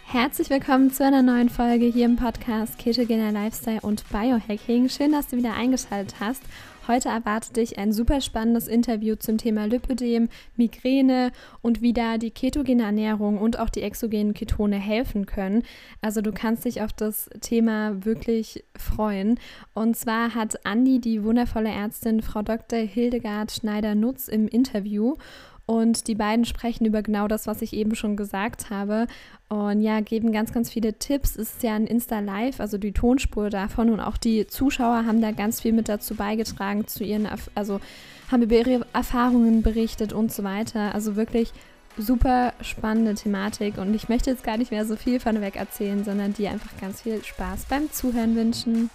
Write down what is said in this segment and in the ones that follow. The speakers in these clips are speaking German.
Herzlich willkommen zu einer neuen Folge hier im Podcast Ketogener Lifestyle und Biohacking. Schön, dass du wieder eingeschaltet hast. Heute erwartet dich ein super spannendes Interview zum Thema Lipödem, Migräne und wie da die ketogene Ernährung und auch die exogenen Ketone helfen können. Also du kannst dich auf das Thema wirklich freuen. Und zwar hat Andi, die wundervolle Ärztin Frau Dr. Hildegard Schneider-Nutz im Interview. Und die beiden sprechen über genau das, was ich eben schon gesagt habe. Und ja, geben ganz, ganz viele Tipps. Es ist ja ein Insta-Live, also die Tonspur davon. Und auch die Zuschauer haben da ganz viel mit dazu beigetragen, haben über ihre Erfahrungen berichtet und so weiter. Also wirklich super spannende Thematik. Und ich möchte jetzt gar nicht mehr so viel vorneweg erzählen, sondern dir einfach ganz viel Spaß beim Zuhören wünschen.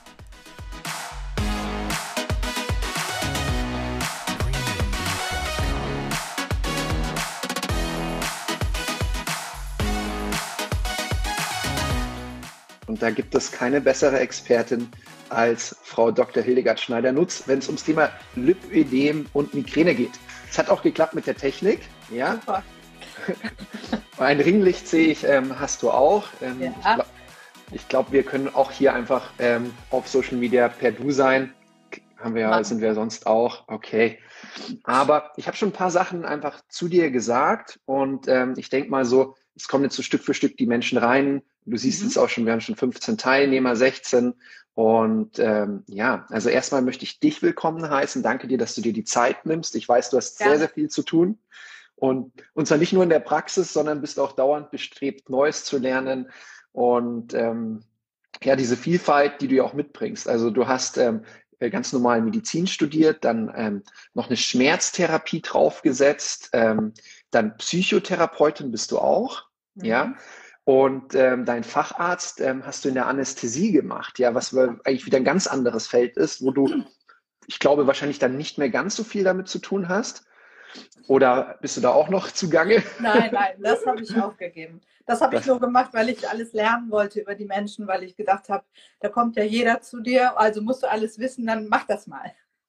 Und da gibt es keine bessere Expertin als Frau Dr. Hildegard Schneider-Nutz, wenn es ums Thema Lipödem und Migräne geht. Es hat auch geklappt mit der Technik. Ja? Super. Ein Ringlicht sehe ich, hast du auch. Ja. Ich glaube, wir können auch hier einfach auf Social Media per Du sein. Sind wir sonst auch. Okay. Aber ich habe schon ein paar Sachen einfach zu dir gesagt und ich denke mal so, es kommen jetzt so Stück für Stück die Menschen rein. Du siehst es auch schon, wir haben schon 15 Teilnehmer, 16. Und also erstmal möchte ich dich willkommen heißen. Danke dir, dass du dir die Zeit nimmst. Ich weiß, du hast sehr, sehr viel zu tun. Und zwar nicht nur in der Praxis, sondern bist auch dauernd bestrebt, Neues zu lernen. Und diese Vielfalt, die du ja auch mitbringst. Also du hast ganz normal Medizin studiert, dann noch eine Schmerztherapie draufgesetzt, dann Psychotherapeutin bist du auch, ja. Und dein Facharzt hast du in der Anästhesie gemacht, ja, was eigentlich wieder ein ganz anderes Feld ist, wo du, ich glaube, wahrscheinlich dann nicht mehr ganz so viel damit zu tun hast. Oder bist du da auch noch zugange? Nein, das habe ich aufgegeben. Das habe ich nur gemacht, weil ich alles lernen wollte über die Menschen, weil ich gedacht habe, da kommt ja jeder zu dir, also musst du alles wissen, dann mach das mal.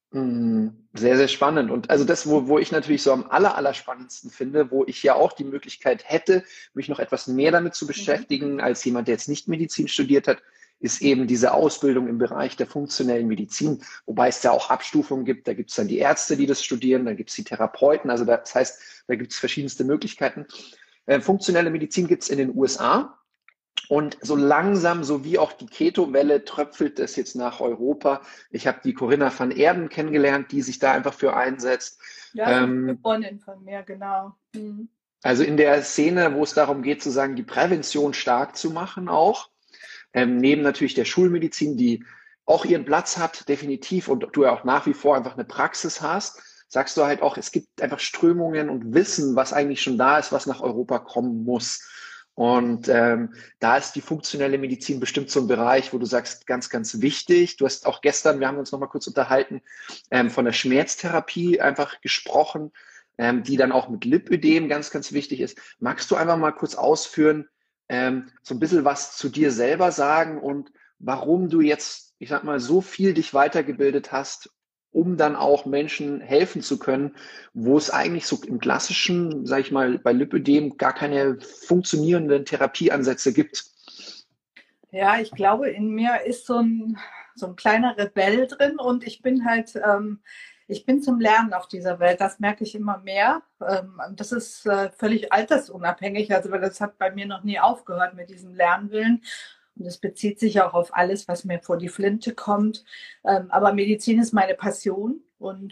Sehr, sehr spannend. Und also das, wo ich natürlich so am allerspannendsten finde, wo ich ja auch die Möglichkeit hätte, mich noch etwas mehr damit zu beschäftigen, als jemand, der jetzt nicht Medizin studiert hat, ist eben diese Ausbildung im Bereich der funktionellen Medizin, wobei es ja auch Abstufungen gibt. Da gibt es dann die Ärzte, die das studieren, dann gibt es die Therapeuten. Also das heißt, da gibt es verschiedenste Möglichkeiten. Funktionelle Medizin gibt es in den USA. Und so langsam, so wie auch die Keto-Welle, tröpfelt es jetzt nach Europa. Ich habe die Corinna van Erden kennengelernt, die sich da einfach für einsetzt. Ja, eine Freundin von mir, genau. Also in der Szene, wo es darum geht, sozusagen die Prävention stark zu machen auch. Neben natürlich der Schulmedizin, die auch ihren Platz hat, definitiv, und du ja auch nach wie vor einfach eine Praxis hast, sagst du halt auch, es gibt einfach Strömungen und Wissen, was eigentlich schon da ist, was nach Europa kommen muss. Und da ist die funktionelle Medizin bestimmt so ein Bereich, wo du sagst, ganz, ganz wichtig. Du hast auch gestern, wir haben uns noch mal kurz unterhalten, von der Schmerztherapie einfach gesprochen, die dann auch mit Lipödem ganz, ganz wichtig ist. Magst du einfach mal kurz ausführen, so ein bisschen was zu dir selber sagen und warum du jetzt, ich sag mal, so viel dich weitergebildet hast, um dann auch Menschen helfen zu können, wo es eigentlich so im klassischen, sage ich mal, bei Lipödem gar keine funktionierenden Therapieansätze gibt. Ja, ich glaube, in mir ist so ein kleiner Rebell drin und ich bin halt, ich bin zum Lernen auf dieser Welt. Das merke ich immer mehr. Das ist völlig altersunabhängig. Also das hat bei mir noch nie aufgehört mit diesem Lernwillen. Und das bezieht sich auch auf alles, was mir vor die Flinte kommt. Aber Medizin ist meine Passion. Und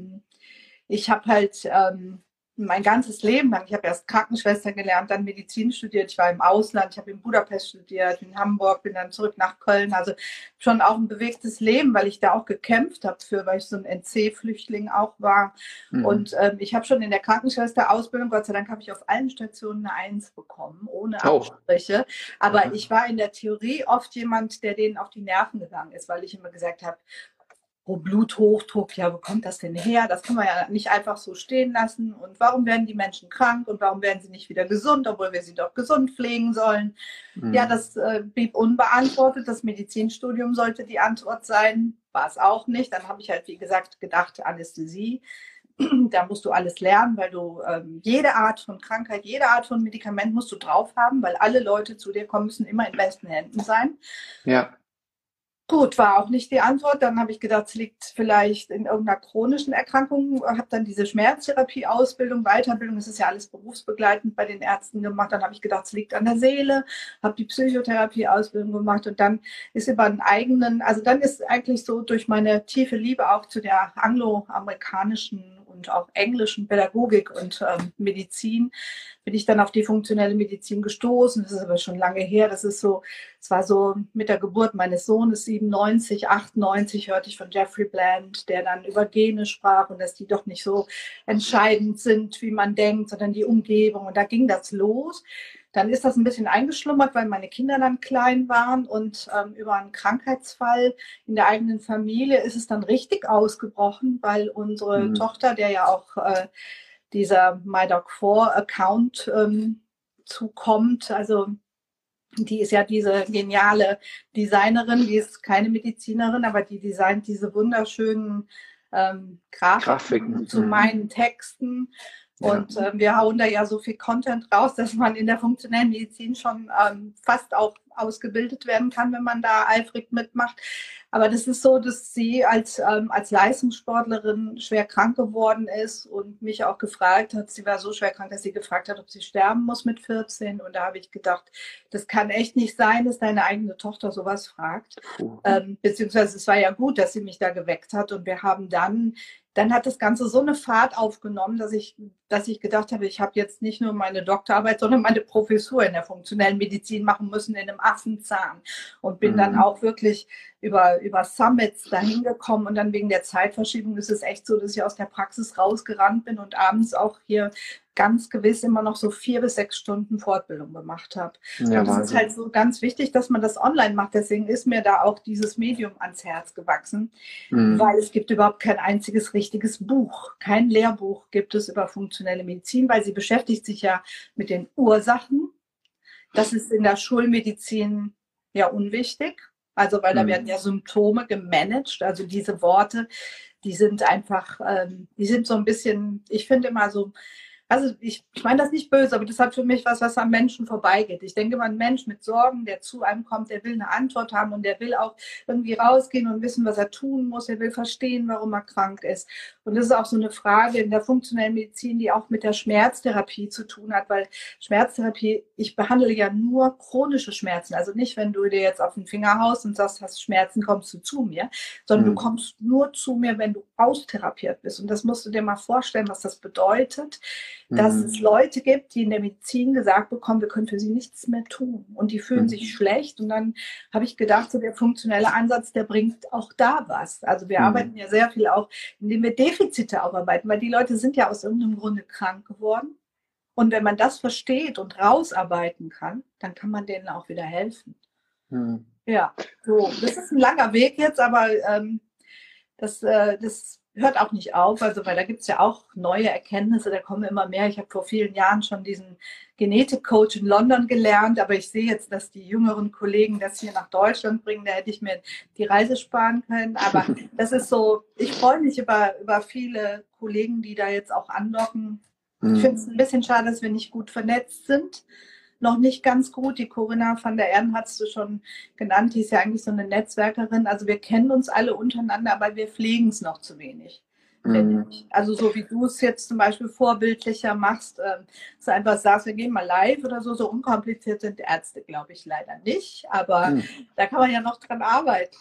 ich habe halt mein ganzes Leben lang, ich habe erst Krankenschwester gelernt, dann Medizin studiert. Ich war im Ausland, ich habe in Budapest studiert, in Hamburg, bin dann zurück nach Köln. Also schon auch ein bewegtes Leben, weil ich da auch gekämpft habe weil ich so ein NC-Flüchtling auch war. Und ich habe schon in der Krankenschwester-Ausbildung, Gott sei Dank, habe ich auf allen Stationen eine 1 bekommen, ohne Abstriche. Aber ich war in der Theorie oft jemand, der denen auf die Nerven gegangen ist, weil ich immer gesagt habe, oh, Bluthochdruck, ja, wo kommt das denn her? Das kann man ja nicht einfach so stehen lassen. Und warum werden die Menschen krank und warum werden sie nicht wieder gesund, obwohl wir sie doch gesund pflegen sollen? Ja, das blieb unbeantwortet. Das Medizinstudium sollte die Antwort sein. War es auch nicht. Dann habe ich halt, wie gesagt, gedacht, Anästhesie. Da musst du alles lernen, weil du jede Art von Krankheit, jede Art von Medikament musst du drauf haben, weil alle Leute zu dir kommen, müssen immer in besten Händen sein. Ja. Gut, war auch nicht die Antwort. Dann habe ich gedacht, es liegt vielleicht in irgendeiner chronischen Erkrankung. Habe dann diese Schmerztherapie-Ausbildung, Weiterbildung, das ist ja alles berufsbegleitend bei den Ärzten gemacht. Dann habe ich gedacht, es liegt an der Seele, habe die Psychotherapie-Ausbildung gemacht und dann ist über einen eigenen, also dann ist eigentlich so durch meine tiefe Liebe auch zu der angloamerikanischen und auch englischen Pädagogik und Medizin, bin ich dann auf die funktionelle Medizin gestoßen. Das ist aber schon lange her. Das ist so, es war so mit der Geburt meines Sohnes 97, 98 hörte ich von Jeffrey Bland, der dann über Gene sprach und dass die doch nicht so entscheidend sind, wie man denkt, sondern die Umgebung. Und da ging das los. Dann ist das ein bisschen eingeschlummert, weil meine Kinder dann klein waren und über einen Krankheitsfall in der eigenen Familie ist es dann richtig ausgebrochen, weil unsere Tochter, der ja auch dieser MyDoc4-Account zukommt, also die ist ja diese geniale Designerin, die ist keine Medizinerin, aber die designt diese wunderschönen Grafiken zu meinen Texten. Und wir hauen da ja so viel Content raus, dass man in der funktionellen Medizin schon fast auch ausgebildet werden kann, wenn man da eifrig mitmacht. Aber das ist so, dass sie als Leistungssportlerin schwer krank geworden ist und mich auch gefragt hat, sie war so schwer krank, dass sie gefragt hat, ob sie sterben muss mit 14. Und da habe ich gedacht, das kann echt nicht sein, dass deine eigene Tochter sowas fragt. Beziehungsweise es war ja gut, dass sie mich da geweckt hat. Und wir haben dann hat das Ganze so eine Fahrt aufgenommen, dass ich gedacht habe, ich habe jetzt nicht nur meine Doktorarbeit, sondern meine Professur in der funktionellen Medizin machen müssen in einem Affenzahn. Und bin dann auch wirklich über Summits dahin gekommen. Und dann wegen der Zeitverschiebung ist es echt so, dass ich aus der Praxis rausgerannt bin und abends auch hier ganz gewiss immer noch so 4 bis 6 Stunden Fortbildung gemacht habe. Ja, und das ist halt so ganz wichtig, dass man das online macht. Deswegen ist mir da auch dieses Medium ans Herz gewachsen, weil es gibt überhaupt kein einziges richtiges Buch. Kein Lehrbuch gibt es über funktionelle Medizin, weil sie beschäftigt sich ja mit den Ursachen. Das ist in der Schulmedizin ja unwichtig. Also, weil da werden ja Symptome gemanagt. Also diese Worte, die sind einfach, die sind so ein bisschen, ich finde immer so, also ich meine das nicht böse, aber das hat für mich was am Menschen vorbeigeht. Ich denke mal, ein Mensch mit Sorgen, der zu einem kommt, der will eine Antwort haben und der will auch irgendwie rausgehen und wissen, was er tun muss. Er will verstehen, warum er krank ist. Und das ist auch so eine Frage in der funktionellen Medizin, die auch mit der Schmerztherapie zu tun hat, weil Schmerztherapie, ich behandle ja nur chronische Schmerzen. Also nicht, wenn du dir jetzt auf den Finger haust und sagst, hast Schmerzen, kommst du zu mir, sondern du kommst nur zu mir, wenn du austherapiert bist. Und das musst du dir mal vorstellen, was das bedeutet, dass es Leute gibt, die in der Medizin gesagt bekommen, wir können für sie nichts mehr tun. Und die fühlen sich schlecht. Und dann habe ich gedacht, so der funktionelle Ansatz, der bringt auch da was. Also wir arbeiten ja sehr viel auch, indem wir Defizite aufarbeiten, weil die Leute sind ja aus irgendeinem Grunde krank geworden. Und wenn man das versteht und rausarbeiten kann, dann kann man denen auch wieder helfen. Ja, so, das ist ein langer Weg jetzt, aber das hört auch nicht auf, also weil da gibt es ja auch neue Erkenntnisse, da kommen immer mehr. Ich habe vor vielen Jahren schon diesen Genetik-Coach in London gelernt, aber ich sehe jetzt, dass die jüngeren Kollegen das hier nach Deutschland bringen, da hätte ich mir die Reise sparen können, aber das ist so, ich freue mich über viele Kollegen, die da jetzt auch andocken. Ich finde es ein bisschen schade, dass wir nicht gut vernetzt sind. Noch nicht ganz gut. Die Corinna van der Erden hast du schon genannt. Die ist ja eigentlich so eine Netzwerkerin. Also wir kennen uns alle untereinander, aber wir pflegen es noch zu wenig. Also so wie du es jetzt zum Beispiel vorbildlicher machst, dass du einfach sagst, wir gehen mal live oder so. So unkompliziert sind Ärzte, glaube ich, leider nicht. Aber da kann man ja noch dran arbeiten.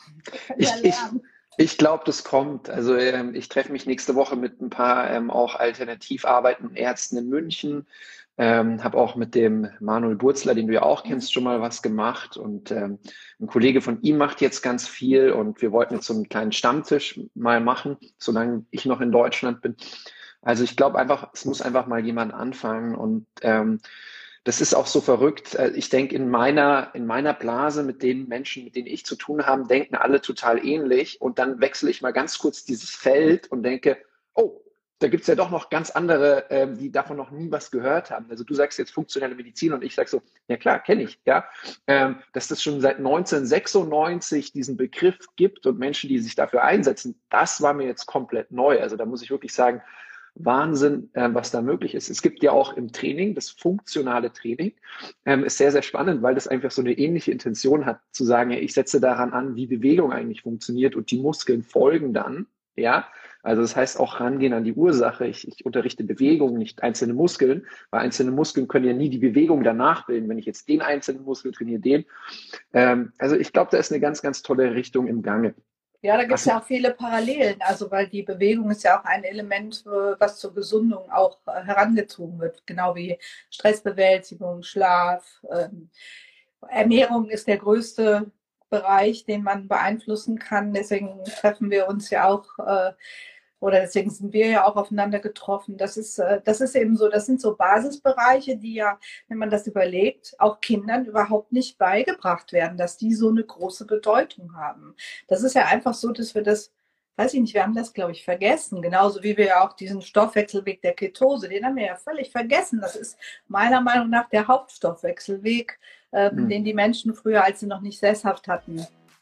Ich glaube, das kommt. Also ich treffe mich nächste Woche mit ein paar auch alternativ arbeitenden Ärzten in München. Habe auch mit dem Manuel Burzler, den du ja auch kennst, schon mal was gemacht. Und ein Kollege von ihm macht jetzt ganz viel. Und wir wollten jetzt so einen kleinen Stammtisch mal machen, solange ich noch in Deutschland bin. Also ich glaube einfach, es muss einfach mal jemand anfangen. Und das ist auch so verrückt. Ich denke, in meiner Blase mit den Menschen, mit denen ich zu tun habe, denken alle total ähnlich. Und dann wechsle ich mal ganz kurz dieses Feld und denke, oh, da gibt es ja doch noch ganz andere, die davon noch nie was gehört haben. Also du sagst jetzt funktionelle Medizin und ich sage so, ja klar, kenne ich, ja. Dass das schon seit 1996 diesen Begriff gibt und Menschen, die sich dafür einsetzen, das war mir jetzt komplett neu. Also da muss ich wirklich sagen, Wahnsinn, was da möglich ist. Es gibt ja auch im Training, das funktionale Training, ist sehr, sehr spannend, weil das einfach so eine ähnliche Intention hat, zu sagen, ja, ich setze daran an, wie Bewegung eigentlich funktioniert und die Muskeln folgen dann, ja. Also das heißt auch rangehen an die Ursache. Ich unterrichte Bewegung, nicht einzelne Muskeln, weil einzelne Muskeln können ja nie die Bewegung danach bilden. Wenn ich jetzt den einzelnen Muskel trainiere, den. Also ich glaube, da ist eine ganz, ganz tolle Richtung im Gange. Ja, da gibt es ja auch viele Parallelen, also weil die Bewegung ist ja auch ein Element, was zur Gesundung auch herangezogen wird, genau wie Stressbewältigung, Schlaf. Ernährung ist der größte Bereich, den man beeinflussen kann. Deswegen treffen wir uns ja auch, oder deswegen sind wir ja auch aufeinander getroffen. Das ist eben so, das sind so Basisbereiche, die ja, wenn man das überlegt, auch Kindern überhaupt nicht beigebracht werden, dass die so eine große Bedeutung haben. Das ist ja einfach so, dass wir das, weiß ich nicht, wir haben das, glaube ich, vergessen. Genauso wie wir ja auch diesen Stoffwechselweg der Ketose, den haben wir ja völlig vergessen. Das ist meiner Meinung nach der Hauptstoffwechselweg, den die Menschen früher, als sie noch nicht sesshaft hatten,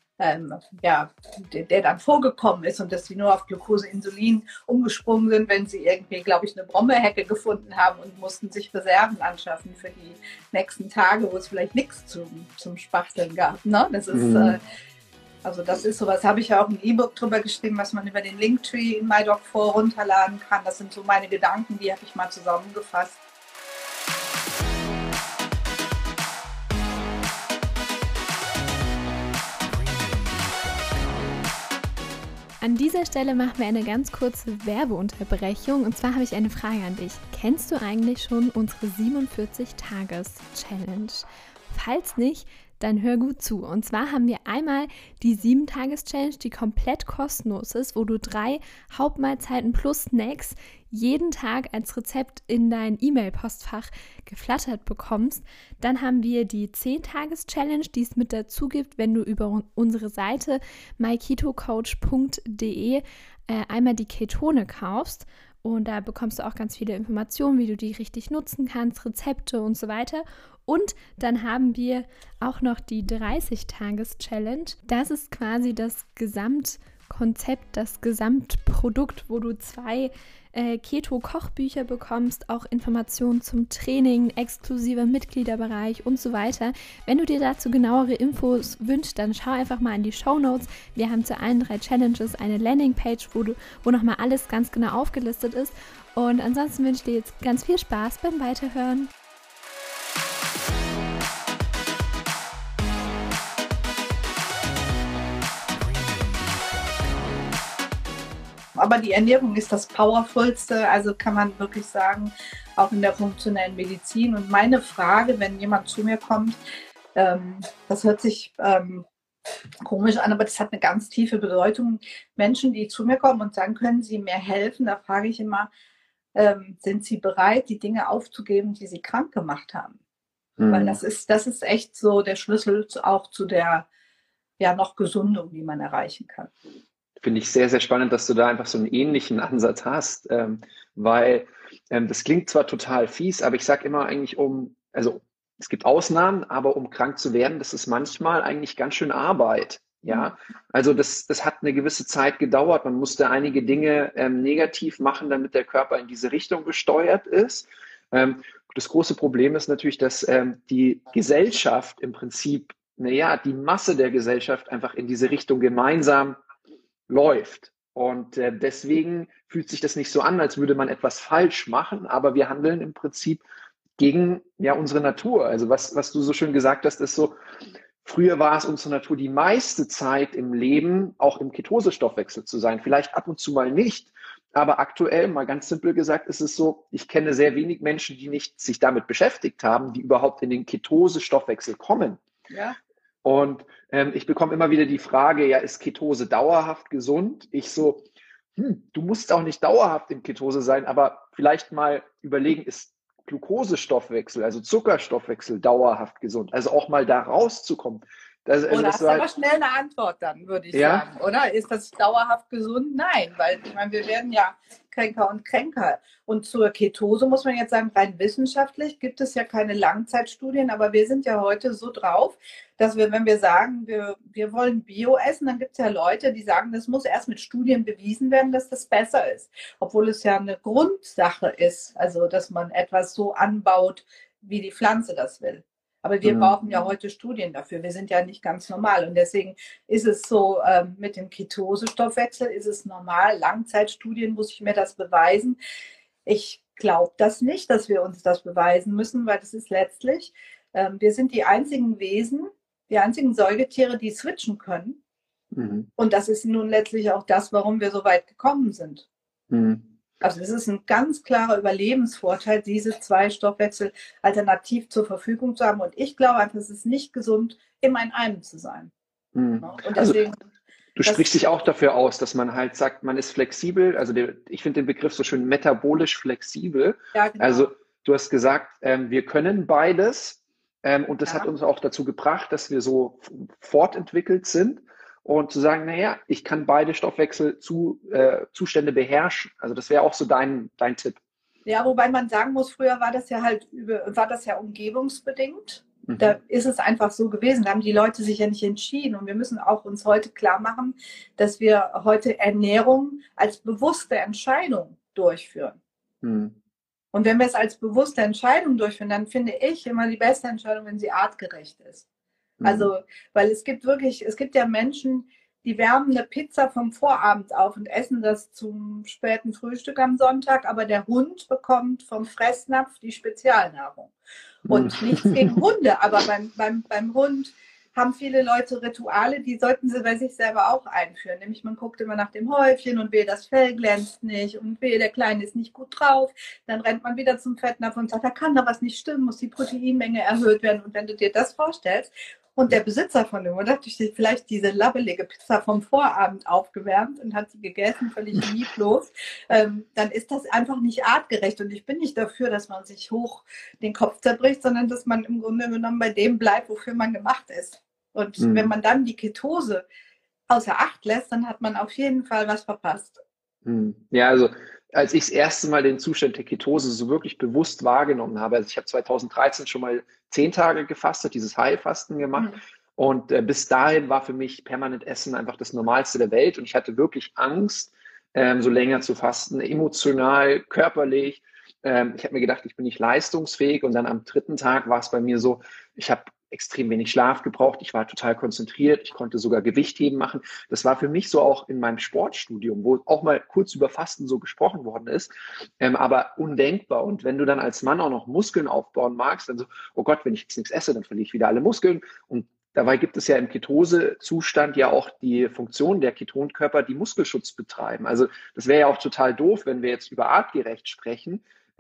der dann vorgekommen ist und dass sie nur auf Glucose, Insulin umgesprungen sind, wenn sie irgendwie, glaube ich, eine Brombeerhecke gefunden haben und mussten sich Reserven anschaffen für die nächsten Tage, wo es vielleicht nichts zum Spachteln gab. Ne? Das ist, also das ist sowas, habe ich ja auch ein E-Book drüber geschrieben, was man über den Linktree in MyDoc4 runterladen kann. Das sind so meine Gedanken, die habe ich mal zusammengefasst. An dieser Stelle machen wir eine ganz kurze Werbeunterbrechung. Und zwar habe ich eine Frage an dich. Kennst du eigentlich schon unsere 47-Tages-Challenge? Falls nicht, dann hör gut zu. Und zwar haben wir einmal die 7-Tages-Challenge, die komplett kostenlos ist, wo du 3 Hauptmahlzeiten plus Snacks jeden Tag als Rezept in dein E-Mail-Postfach geflattert bekommst. Dann haben wir die 10-Tages-Challenge, die es mit dazu gibt, wenn du über unsere Seite myketocoach.de einmal die Ketone kaufst. Und da bekommst du auch ganz viele Informationen, wie du die richtig nutzen kannst, Rezepte und so weiter. Und dann haben wir auch noch die 30-Tages-Challenge. Das ist quasi das Gesamtkonzept, das Gesamtprodukt, wo du 2 Keto-Kochbücher bekommst, auch Informationen zum Training, exklusiver Mitgliederbereich und so weiter. Wenn du dir dazu genauere Infos wünschst, dann schau einfach mal in die Shownotes. Wir haben zu allen 3 Challenges eine Landingpage, wo nochmal alles ganz genau aufgelistet ist. Und ansonsten wünsche ich dir jetzt ganz viel Spaß beim Weiterhören. Aber die Ernährung ist das Powervollste, also kann man wirklich sagen, auch in der funktionellen Medizin. Und meine Frage, wenn jemand zu mir kommt, das hört sich komisch an, aber das hat eine ganz tiefe Bedeutung. Menschen, die zu mir kommen und sagen, können Sie mir helfen, da frage ich immer, sind Sie bereit, die Dinge aufzugeben, die Sie krank gemacht haben? Weil das ist echt so der Schlüssel auch zu der noch Gesundung, die man erreichen kann. Finde ich sehr, sehr spannend, dass du da einfach so einen ähnlichen Ansatz hast, weil das klingt zwar total fies, aber ich sage immer eigentlich also es gibt Ausnahmen, aber um krank zu werden, das ist manchmal eigentlich ganz schön Arbeit. Ja, also das hat eine gewisse Zeit gedauert. Man musste einige Dinge negativ machen, damit der Körper in diese Richtung gesteuert ist. Das große Problem ist natürlich, dass die Gesellschaft im Prinzip, die Masse der Gesellschaft einfach in diese Richtung gemeinsam läuft. Und deswegen fühlt sich das nicht so an, als würde man etwas falsch machen, aber wir handeln im Prinzip gegen unsere Natur. Also was du so schön gesagt hast, ist so, früher war es unsere Natur, die meiste Zeit im Leben auch im Ketosestoffwechsel zu sein. Vielleicht ab und zu mal nicht, aber aktuell, mal ganz simpel gesagt, ist es so, ich kenne sehr wenig Menschen, die nicht sich damit beschäftigt haben, die überhaupt in den Ketosestoffwechsel kommen. Ja. Und ich bekomme immer wieder die Frage, ist Ketose dauerhaft gesund? Ich so, du musst auch nicht dauerhaft in Ketose sein, aber vielleicht mal überlegen, ist Glukosestoffwechsel, also Zuckerstoffwechsel dauerhaft gesund? Also auch mal da rauszukommen. Oder hast du aber schnell eine Antwort dann, würde ich sagen, oder? Ist das dauerhaft gesund? Nein, weil ich meine, wir werden ja kränker und kränker. Und zur Ketose muss man jetzt sagen, rein wissenschaftlich gibt es ja keine Langzeitstudien, aber wir sind ja heute so drauf, dass wir, wenn wir sagen, wir wollen Bio essen, dann gibt es ja Leute, die sagen, das muss erst mit Studien bewiesen werden, dass das besser ist. Obwohl es ja eine Grundsache ist, also dass man etwas so anbaut, wie die Pflanze das will. Aber wir brauchen ja heute Studien dafür. Wir sind ja nicht ganz normal. Und deswegen ist es so, mit dem Ketosestoffwechsel ist es normal. Langzeitstudien muss ich mir das beweisen. Ich glaube das nicht, dass wir uns das beweisen müssen, weil das ist letztlich, wir sind die einzigen Wesen, die einzigen Säugetiere, die switchen können. Und das ist nun letztlich auch das, warum wir so weit gekommen sind. Also es ist ein ganz klarer Überlebensvorteil, diese zwei Stoffwechsel alternativ zur Verfügung zu haben. Und ich glaube einfach, es ist nicht gesund, immer in einem zu sein. Und deswegen, also, du sprichst dich auch dafür aus, dass man halt sagt, man ist flexibel. Also ich finde den Begriff so schön metabolisch flexibel. Ja, genau. Also du hast gesagt, wir können beides. Und das hat uns auch dazu gebracht, dass wir so fortentwickelt sind. Und zu sagen, naja, ich kann beide Stoffwechselzustände beherrschen. Also das wäre auch so dein Tipp. Ja, wobei man sagen muss, früher war das ja umgebungsbedingt. Da ist es einfach so gewesen. Da haben die Leute sich ja nicht entschieden. Und wir müssen auch uns heute klar machen, dass wir heute Ernährung als bewusste Entscheidung durchführen. Und wenn wir es als bewusste Entscheidung durchführen, dann finde ich immer die beste Entscheidung, wenn sie artgerecht ist. Also, weil es gibt ja Menschen, die wärmen eine Pizza vom Vorabend auf und essen das zum späten Frühstück am Sonntag, aber der Hund bekommt vom Fressnapf die Spezialnahrung. Und nichts gegen Hunde, aber beim Hund haben viele Leute Rituale, die sollten sie bei sich selber auch einführen. Nämlich man guckt immer nach dem Häufchen und wehe, das Fell glänzt nicht und wehe, der Kleine ist nicht gut drauf. Dann rennt man wieder zum Fettnapf und sagt, da kann da was nicht stimmen, muss die Proteinmenge erhöht werden. Und wenn du dir das vorstellst und der Besitzer von dem Hund hat sich vielleicht diese labbelige Pizza vom Vorabend aufgewärmt und hat sie gegessen, völlig lieblos, dann ist das einfach nicht artgerecht. Und ich bin nicht dafür, dass man sich hoch den Kopf zerbricht, sondern dass man im Grunde genommen bei dem bleibt, wofür man gemacht ist. Und wenn man dann die Ketose außer Acht lässt, dann hat man auf jeden Fall was verpasst. Ja, also als ich das erste Mal den Zustand der Ketose so wirklich bewusst wahrgenommen habe, also ich habe 2013 schon mal 10 Tage gefastet, dieses Heilfasten gemacht. Und bis dahin war für mich permanent Essen einfach das Normalste der Welt. Und ich hatte wirklich Angst, so länger zu fasten, emotional, körperlich. Ich habe mir gedacht, ich bin nicht leistungsfähig. Und dann am 3. Tag war es bei mir so, ich habe extrem wenig Schlaf gebraucht. Ich war total konzentriert. Ich konnte sogar Gewichtheben machen. Das war für mich so auch in meinem Sportstudium, wo auch mal kurz über Fasten so gesprochen worden ist, aber undenkbar. Und wenn du dann als Mann auch noch Muskeln aufbauen magst, dann so, oh Gott, wenn ich jetzt nichts esse, dann verliere ich wieder alle Muskeln. Und dabei gibt es ja im Ketosezustand ja auch die Funktion der Ketonkörper, die Muskelschutz betreiben. Also das wäre ja auch total doof, wenn wir jetzt über artgerecht sprechen,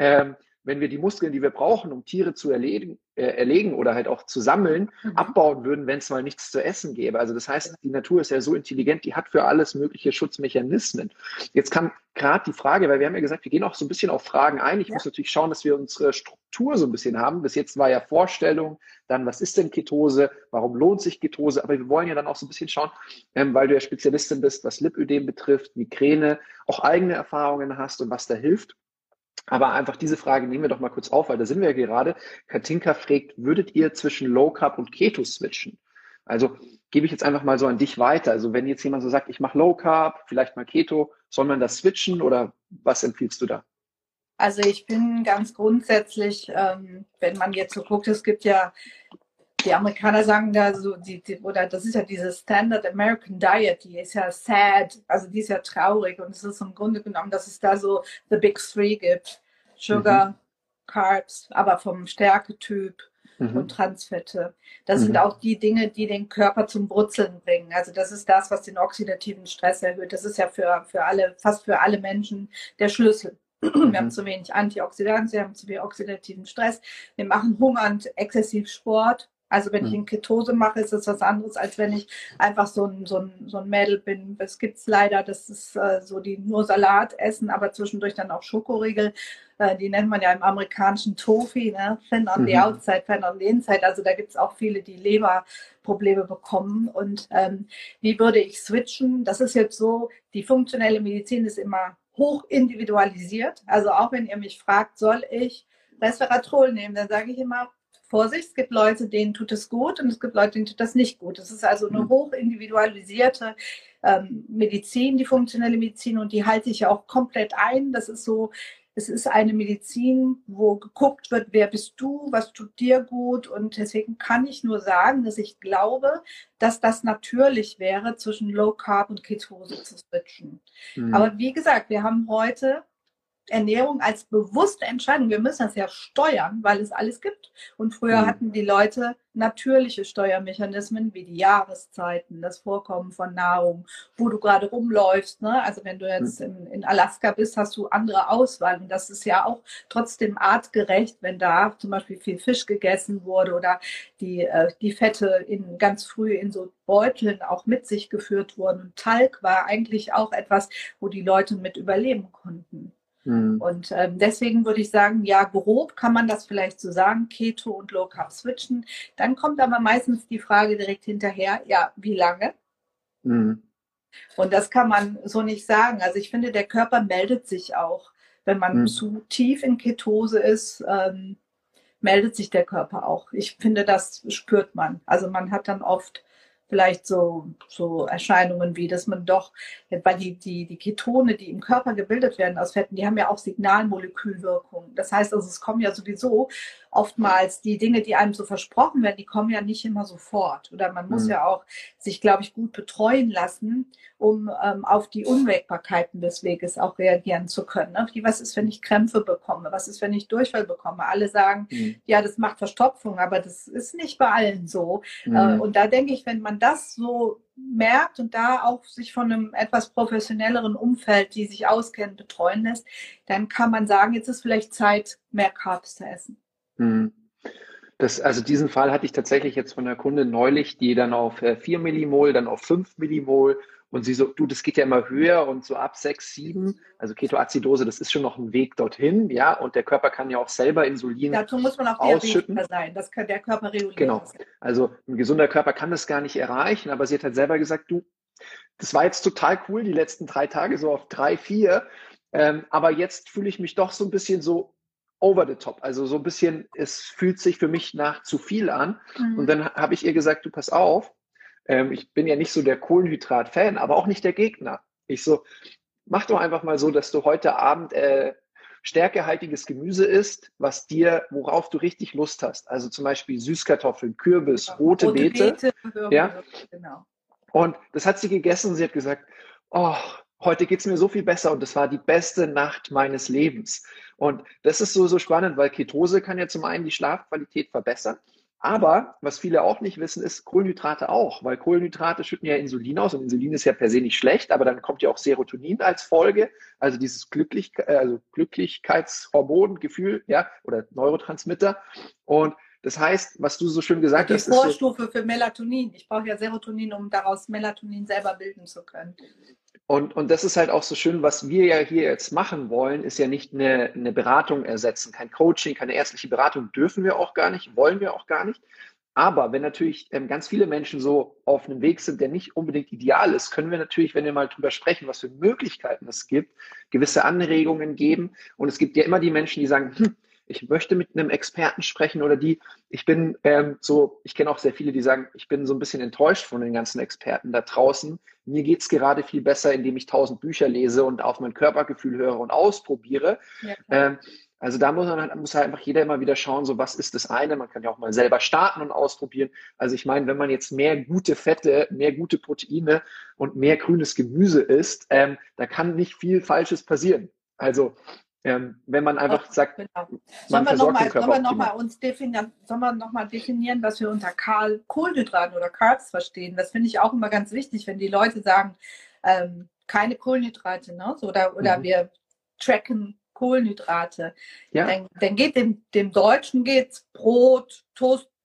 wenn wir die Muskeln, die wir brauchen, um Tiere zu erlegen oder halt auch zu sammeln, abbauen würden, wenn es mal nichts zu essen gäbe. Also das heißt, die Natur ist ja so intelligent, die hat für alles mögliche Schutzmechanismen. Jetzt kam gerade die Frage, weil wir haben ja gesagt, wir gehen auch so ein bisschen auf Fragen ein. Ich muss natürlich schauen, dass wir unsere Struktur so ein bisschen haben. Bis jetzt war ja Vorstellung, dann was ist denn Ketose, warum lohnt sich Ketose, aber wir wollen ja dann auch so ein bisschen schauen, weil du ja Spezialistin bist, was Lipödem betrifft, Migräne, auch eigene Erfahrungen hast und was da hilft. Aber einfach diese Frage nehmen wir doch mal kurz auf, weil da sind wir ja gerade. Katinka fragt, würdet ihr zwischen Low Carb und Keto switchen? Also gebe ich jetzt einfach mal so an dich weiter. Also wenn jetzt jemand so sagt, ich mache Low Carb, vielleicht mal Keto, soll man das switchen oder was empfiehlst du da? Also ich bin ganz grundsätzlich, wenn man jetzt so guckt, es gibt ja, die Amerikaner sagen da so, oder das ist ja diese Standard American Diet, die ist ja sad, also die ist ja traurig und es ist im Grunde genommen, dass es da so the big three gibt. Sugar, Carbs, aber vom Stärketyp und Transfette. Das sind auch die Dinge, die den Körper zum Brutzeln bringen. Also das ist das, was den oxidativen Stress erhöht. Das ist ja fast für alle Menschen der Schlüssel. Wir haben zu wenig Antioxidantien, wir haben zu viel oxidativen Stress. Wir machen Hunger und exzessiv Sport. Also wenn ich in Ketose mache, ist es was anderes, als wenn ich einfach so ein Mädel bin. Das gibt es leider, das ist so, die nur Salat essen, aber zwischendurch dann auch Schokoriegel. Die nennt man ja im amerikanischen Tofi, ne? Thin on the outside, thin on the inside. Also da gibt es auch viele, die Leberprobleme bekommen. Und wie würde ich switchen? Das ist jetzt so, die funktionelle Medizin ist immer hoch individualisiert. Also auch wenn ihr mich fragt, soll ich Resveratrol nehmen, dann sage ich immer, Vorsicht, es gibt Leute, denen tut es gut und es gibt Leute, denen tut das nicht gut. Es ist also eine hoch individualisierte Medizin, die funktionelle Medizin, und die halte ich ja auch komplett ein. Das ist so, es ist eine Medizin, wo geguckt wird, wer bist du, was tut dir gut, und deswegen kann ich nur sagen, dass ich glaube, dass das natürlich wäre, zwischen Low Carb und Ketose zu switchen. Aber wie gesagt, wir haben heute Ernährung als bewusste Entscheidung. Wir müssen das ja steuern, weil es alles gibt. Und früher hatten die Leute natürliche Steuermechanismen wie die Jahreszeiten, das Vorkommen von Nahrung, wo du gerade rumläufst. Ne? Also wenn du jetzt in Alaska bist, hast du andere Auswahl. Und das ist ja auch trotzdem artgerecht, wenn da zum Beispiel viel Fisch gegessen wurde oder die Fette ganz früh in so Beuteln auch mit sich geführt wurden. Und Talg war eigentlich auch etwas, wo die Leute mit überleben konnten. Und deswegen würde ich sagen, ja, grob kann man das vielleicht so sagen, Keto und Low Carb switchen. Dann kommt aber meistens die Frage direkt hinterher, ja, wie lange? Und das kann man so nicht sagen. Also ich finde, der Körper meldet sich auch. Wenn man zu tief in Ketose ist, meldet sich der Körper auch. Ich finde, das spürt man. Also man hat dann oft vielleicht so Erscheinungen wie, dass man doch, weil die Ketone, die im Körper gebildet werden aus Fetten, die haben ja auch Signalmolekülwirkung. Das heißt also, es kommen ja sowieso oftmals die Dinge, die einem so versprochen werden, die kommen ja nicht immer sofort. Oder man muss ja auch sich, glaube ich, gut betreuen lassen, um auf die Unwägbarkeiten des Weges auch reagieren zu können. Ne? Was ist, wenn ich Krämpfe bekomme? Was ist, wenn ich Durchfall bekomme? Alle sagen, ja, das macht Verstopfung, aber das ist nicht bei allen so. Und da denke ich, wenn man das so merkt und da auch sich von einem etwas professionelleren Umfeld, die sich auskennen, betreuen lässt, dann kann man sagen, jetzt ist vielleicht Zeit, mehr Carbs zu essen. Also diesen Fall hatte ich tatsächlich jetzt von der Kundin neulich, die dann auf 4 Millimol, dann auf 5 Millimol, und sie so, du, das geht ja immer höher, und so ab 6, 7, also Ketoazidose, das ist schon noch ein Weg dorthin, ja, und der Körper kann ja auch selber Insulin dazu muss man auch ausschütten. sein, das kann der Körper regulieren. Genau, also ein gesunder Körper kann das gar nicht erreichen, aber sie hat halt selber gesagt, du, das war jetzt total cool, die letzten 3 Tage, so auf 3, 4, aber jetzt fühle ich mich doch so ein bisschen so over the top, also so ein bisschen, es fühlt sich für mich nach zu viel an. Und dann habe ich ihr gesagt, du, pass auf, ich bin ja nicht so der Kohlenhydrat-Fan, aber auch nicht der Gegner. Ich so, mach doch einfach mal so, dass du heute Abend stärkehaltiges Gemüse isst, worauf du richtig Lust hast. Also zum Beispiel Süßkartoffeln, Kürbis, rote Beete. Ja? Genau. Und das hat sie gegessen und sie hat gesagt, oh, heute geht es mir so viel besser, und das war die beste Nacht meines Lebens. Und das ist so spannend, weil Ketose kann ja zum einen die Schlafqualität verbessern, aber was viele auch nicht wissen, ist Kohlenhydrate auch, weil Kohlenhydrate schütten ja Insulin aus, und Insulin ist ja per se nicht schlecht, aber dann kommt ja auch Serotonin als Folge, also dieses Glücklichkeitshormongefühl, ja, oder Neurotransmitter. Und das heißt, was du so schön gesagt hast, ist die Vorstufe für Melatonin. Ich brauche ja Serotonin, um daraus Melatonin selber bilden zu können. Und das ist halt auch so schön, was wir ja hier jetzt machen wollen, ist ja nicht eine Beratung ersetzen, kein Coaching, keine ärztliche Beratung, dürfen wir auch gar nicht, wollen wir auch gar nicht. Aber wenn natürlich ganz viele Menschen so auf einem Weg sind, der nicht unbedingt ideal ist, können wir natürlich, wenn wir mal drüber sprechen, was für Möglichkeiten es gibt, gewisse Anregungen geben. Und es gibt ja immer die Menschen, die sagen, ich möchte mit einem Experten sprechen, oder ich kenne auch sehr viele, die sagen, ich bin so ein bisschen enttäuscht von den ganzen Experten da draußen. Mir geht es gerade viel besser, indem ich 1000 Bücher lese und auf mein Körpergefühl höre und ausprobiere. Ja, also da muss halt einfach jeder immer wieder schauen, so was ist das eine. Man kann ja auch mal selber starten und ausprobieren. Also ich meine, wenn man jetzt mehr gute Fette, mehr gute Proteine und mehr grünes Gemüse isst, da kann nicht viel Falsches passieren. Also wenn man einfach sagt, genau. Sollen wir nochmal definieren, was wir unter Kohlenhydraten oder Carbs verstehen? Das finde ich auch immer ganz wichtig, wenn die Leute sagen, keine Kohlenhydrate, ne? Oder wir tracken Kohlenhydrate. Ja. Dann geht dem Deutschen geht's Brot, Toast,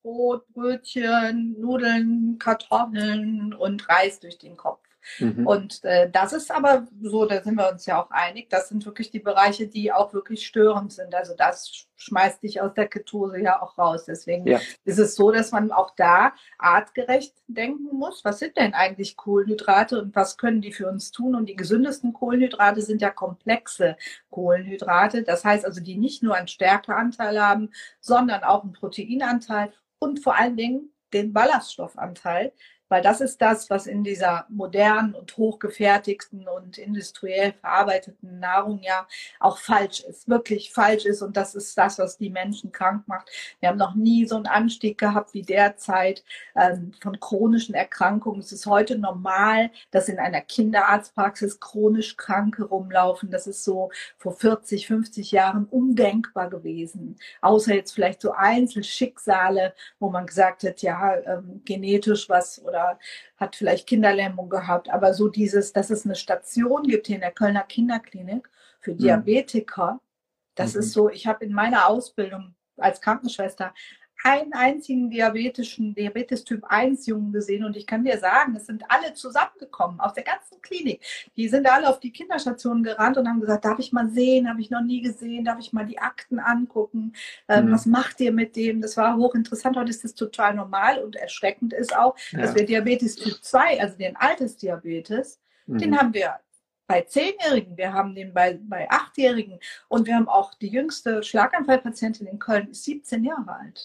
Brot, Brötchen, Nudeln, Kartoffeln und Reis durch den Kopf. Und das ist aber so, da sind wir uns ja auch einig, das sind wirklich die Bereiche, die auch wirklich störend sind. Also das schmeißt dich aus der Ketose ja auch raus. Deswegen ist es so, dass man auch da artgerecht denken muss. Was sind denn eigentlich Kohlenhydrate und was können die für uns tun? Und die gesündesten Kohlenhydrate sind ja komplexe Kohlenhydrate. Das heißt also, die nicht nur einen Stärkeanteil haben, sondern auch einen Proteinanteil und vor allen Dingen den Ballaststoffanteil. Weil das ist das, was in dieser modernen und hochgefertigten und industriell verarbeiteten Nahrung ja auch falsch ist, wirklich falsch ist. Und das ist das, was die Menschen krank macht. Wir haben noch nie so einen Anstieg gehabt wie derzeit von chronischen Erkrankungen. Es ist heute normal, dass in einer Kinderarztpraxis chronisch Kranke rumlaufen. Das ist so vor 40, 50 Jahren undenkbar gewesen. Außer jetzt vielleicht so Einzelschicksale, wo man gesagt hat, ja, genetisch was oder hat vielleicht Kinderlähmung gehabt, aber so dieses, dass es eine Station gibt hier in der Kölner Kinderklinik für Diabetiker, das ist so, ich habe in meiner Ausbildung als Krankenschwester einen einzigen Diabetes-Typ 1 Jungen gesehen und ich kann dir sagen, es sind alle zusammengekommen aus der ganzen Klinik. Die sind alle auf die Kinderstationen gerannt und haben gesagt, darf ich mal sehen, habe ich noch nie gesehen, darf ich mal die Akten angucken, was macht ihr mit dem? Das war hochinteressant, heute ist das total normal und erschreckend ist auch, dass wir Diabetes Typ 2, also den Altersdiabetes, den haben wir bei 10-Jährigen, wir haben den bei 8-Jährigen und wir haben auch die jüngste Schlaganfallpatientin in Köln, ist 17 Jahre alt.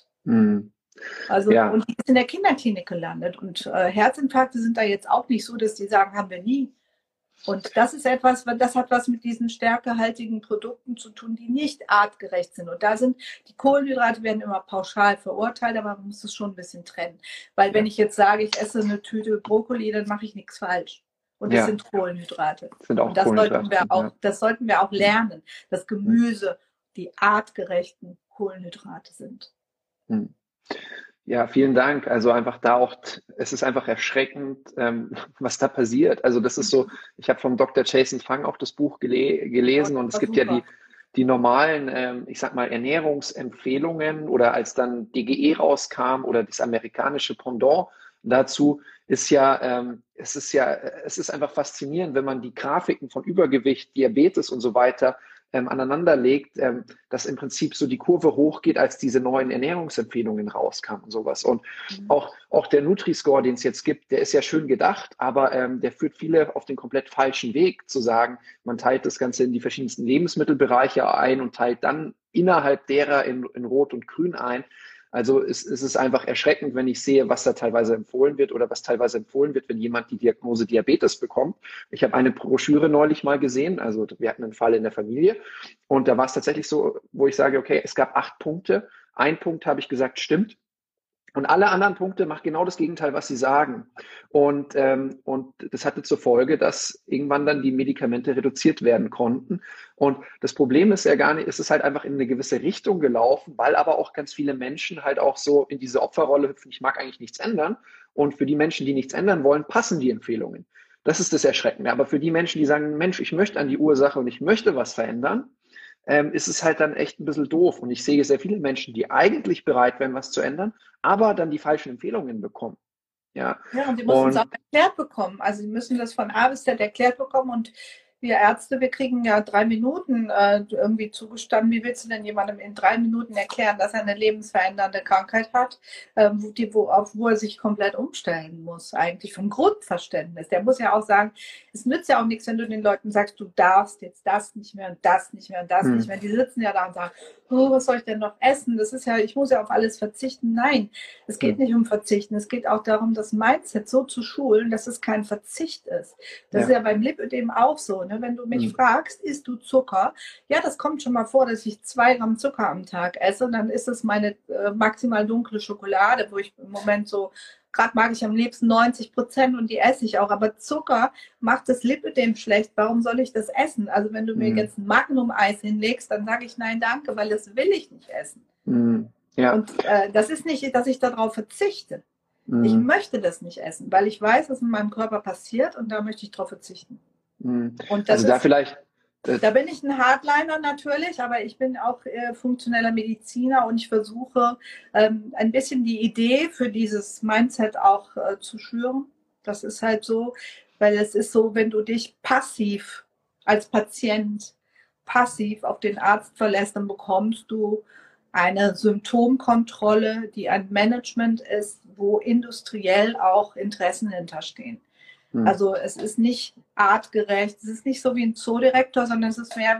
Also, und die ist in der Kinderklinik gelandet. Und Herzinfarkte sind da jetzt auch nicht so, dass die sagen, haben wir nie. Und das ist etwas, das hat was mit diesen stärkehaltigen Produkten zu tun, die nicht artgerecht sind. Und da sind die Kohlenhydrate werden immer pauschal verurteilt, aber man muss es schon ein bisschen trennen. Weil wenn ich jetzt sage, ich esse eine Tüte Brokkoli, dann mache ich nichts falsch. Und das sind Kohlenhydrate. Sind auch und das Kohlenhydrate. Das sollten wir auch lernen, dass Gemüse die artgerechten Kohlenhydrate sind. Ja, vielen Dank. Also einfach da auch, es ist einfach erschreckend, was da passiert. Also das ist so, ich habe vom Dr. Jason Fung auch das Buch gelesen und es gibt ja die normalen, ich sag mal, Ernährungsempfehlungen oder als dann DGE rauskam oder das amerikanische Pendant dazu ist ja, es ist einfach faszinierend, wenn man die Grafiken von Übergewicht, Diabetes und so weiter aneinander legt, dass im Prinzip so die Kurve hochgeht, als diese neuen Ernährungsempfehlungen rauskamen und sowas. Und auch der Nutri-Score, den es jetzt gibt, der ist ja schön gedacht, aber der führt viele auf den komplett falschen Weg, zu sagen, man teilt das Ganze in die verschiedensten Lebensmittelbereiche ein und teilt dann innerhalb derer in Rot und Grün ein. Also es ist einfach erschreckend, wenn ich sehe, was da teilweise empfohlen wird oder was teilweise empfohlen wird, wenn jemand die Diagnose Diabetes bekommt. Ich habe eine Broschüre neulich mal gesehen, also wir hatten einen Fall in der Familie und da war es tatsächlich so, wo ich sage, okay, es gab 8 Punkte. Ein Punkt habe ich gesagt, stimmt. Und alle anderen Punkte macht genau das Gegenteil, was sie sagen. Und das hatte zur Folge, dass irgendwann dann die Medikamente reduziert werden konnten. Und das Problem ist ja gar nicht, es ist halt einfach in eine gewisse Richtung gelaufen, weil aber auch ganz viele Menschen halt auch so in diese Opferrolle hüpfen, ich mag eigentlich nichts ändern. Und für die Menschen, die nichts ändern wollen, passen die Empfehlungen. Das ist das Erschreckende. Aber für die Menschen, die sagen, Mensch, ich möchte an die Ursache und ich möchte was verändern, ist es halt dann echt ein bisschen doof. Und ich sehe sehr viele Menschen, die eigentlich bereit wären, was zu ändern, aber dann die falschen Empfehlungen bekommen. Ja, und die müssen es auch erklärt bekommen. Also sie müssen das von A bis Z erklärt bekommen und wir Ärzte, wir kriegen ja 3 Minuten irgendwie zugestanden. Wie willst du denn jemandem in 3 Minuten erklären, dass er eine lebensverändernde Krankheit hat, wo er sich komplett umstellen muss, eigentlich vom Grundverständnis. Der muss ja auch sagen, es nützt ja auch nichts, wenn du den Leuten sagst, du darfst jetzt das nicht mehr und das nicht mehr und das nicht mehr. Die sitzen ja da und sagen, oh, was soll ich denn noch essen? Das ist ja, ich muss ja auf alles verzichten. Nein, es geht nicht um Verzichten. Es geht auch darum, das Mindset so zu schulen, dass es kein Verzicht ist. Das ist ja beim Lipödem auch so. Ne? Wenn du mich fragst, isst du Zucker? Ja, das kommt schon mal vor, dass ich 2 Gramm Zucker am Tag esse. Und dann ist es meine maximal dunkle Schokolade, wo ich im Moment so, gerade mag ich am liebsten 90% und die esse ich auch. Aber Zucker macht das Lipödem schlecht. Warum soll ich das essen? Also wenn du mir jetzt ein Magnum-Eis hinlegst, dann sage ich nein, danke, weil das will ich nicht essen. Ja. Und das ist nicht, dass ich darauf verzichte. Ich möchte das nicht essen, weil ich weiß, was in meinem Körper passiert und da möchte ich darauf verzichten. Und das also da Da bin ich ein Hardliner natürlich, aber ich bin auch funktioneller Mediziner und ich versuche ein bisschen die Idee für dieses Mindset auch zu schüren. Das ist halt so, weil es ist so, wenn du dich passiv als Patient passiv auf den Arzt verlässt, dann bekommst du eine Symptomkontrolle, die ein Management ist, wo industriell auch Interessen hinterstehen. Also es ist nicht artgerecht, es ist nicht so wie ein Zoodirektor, sondern es ist mehr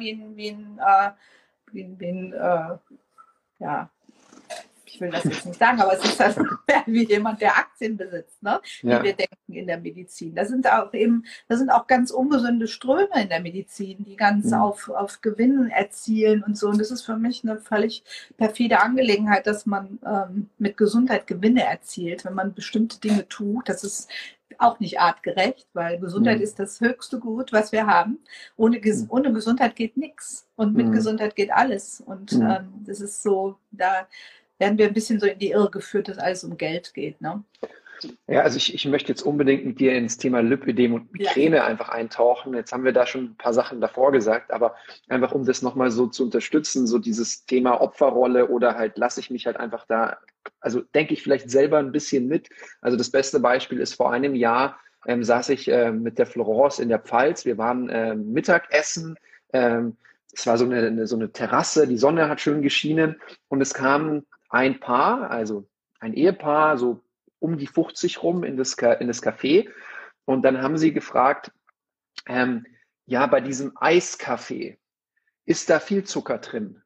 ja, ich will das jetzt nicht sagen, aber es ist halt mehr wie jemand, der Aktien besitzt, ne? Wie wir denken in der Medizin. Das sind auch ganz ungesunde Ströme in der Medizin, die ganz auf Gewinn erzielen und so. Und das ist für mich eine völlig perfide Angelegenheit, dass man mit Gesundheit Gewinne erzielt, wenn man bestimmte Dinge tut. Das ist auch nicht artgerecht, weil Gesundheit ist das höchste Gut, was wir haben. Ohne Gesundheit geht nichts und mit Gesundheit geht alles. Und das ist so, da werden wir ein bisschen so in die Irre geführt, dass alles um Geld geht. Ne? Ja, also ich möchte jetzt unbedingt mit dir ins Thema Lipödem und Migräne einfach eintauchen. Jetzt haben wir da schon ein paar Sachen davor gesagt, aber einfach um das nochmal so zu unterstützen, so dieses Thema Opferrolle oder halt lasse ich mich halt einfach da, also denke ich vielleicht selber ein bisschen mit. Also das beste Beispiel ist vor einem Jahr saß ich mit der Florence in der Pfalz. Wir waren Mittagessen. Es war so eine Terrasse, die Sonne hat schön geschienen und es kam ein Paar, also ein Ehepaar, so um die 50 rum in das Café. Und dann haben sie gefragt, ja, bei diesem Eiskaffee, ist da viel Zucker drin?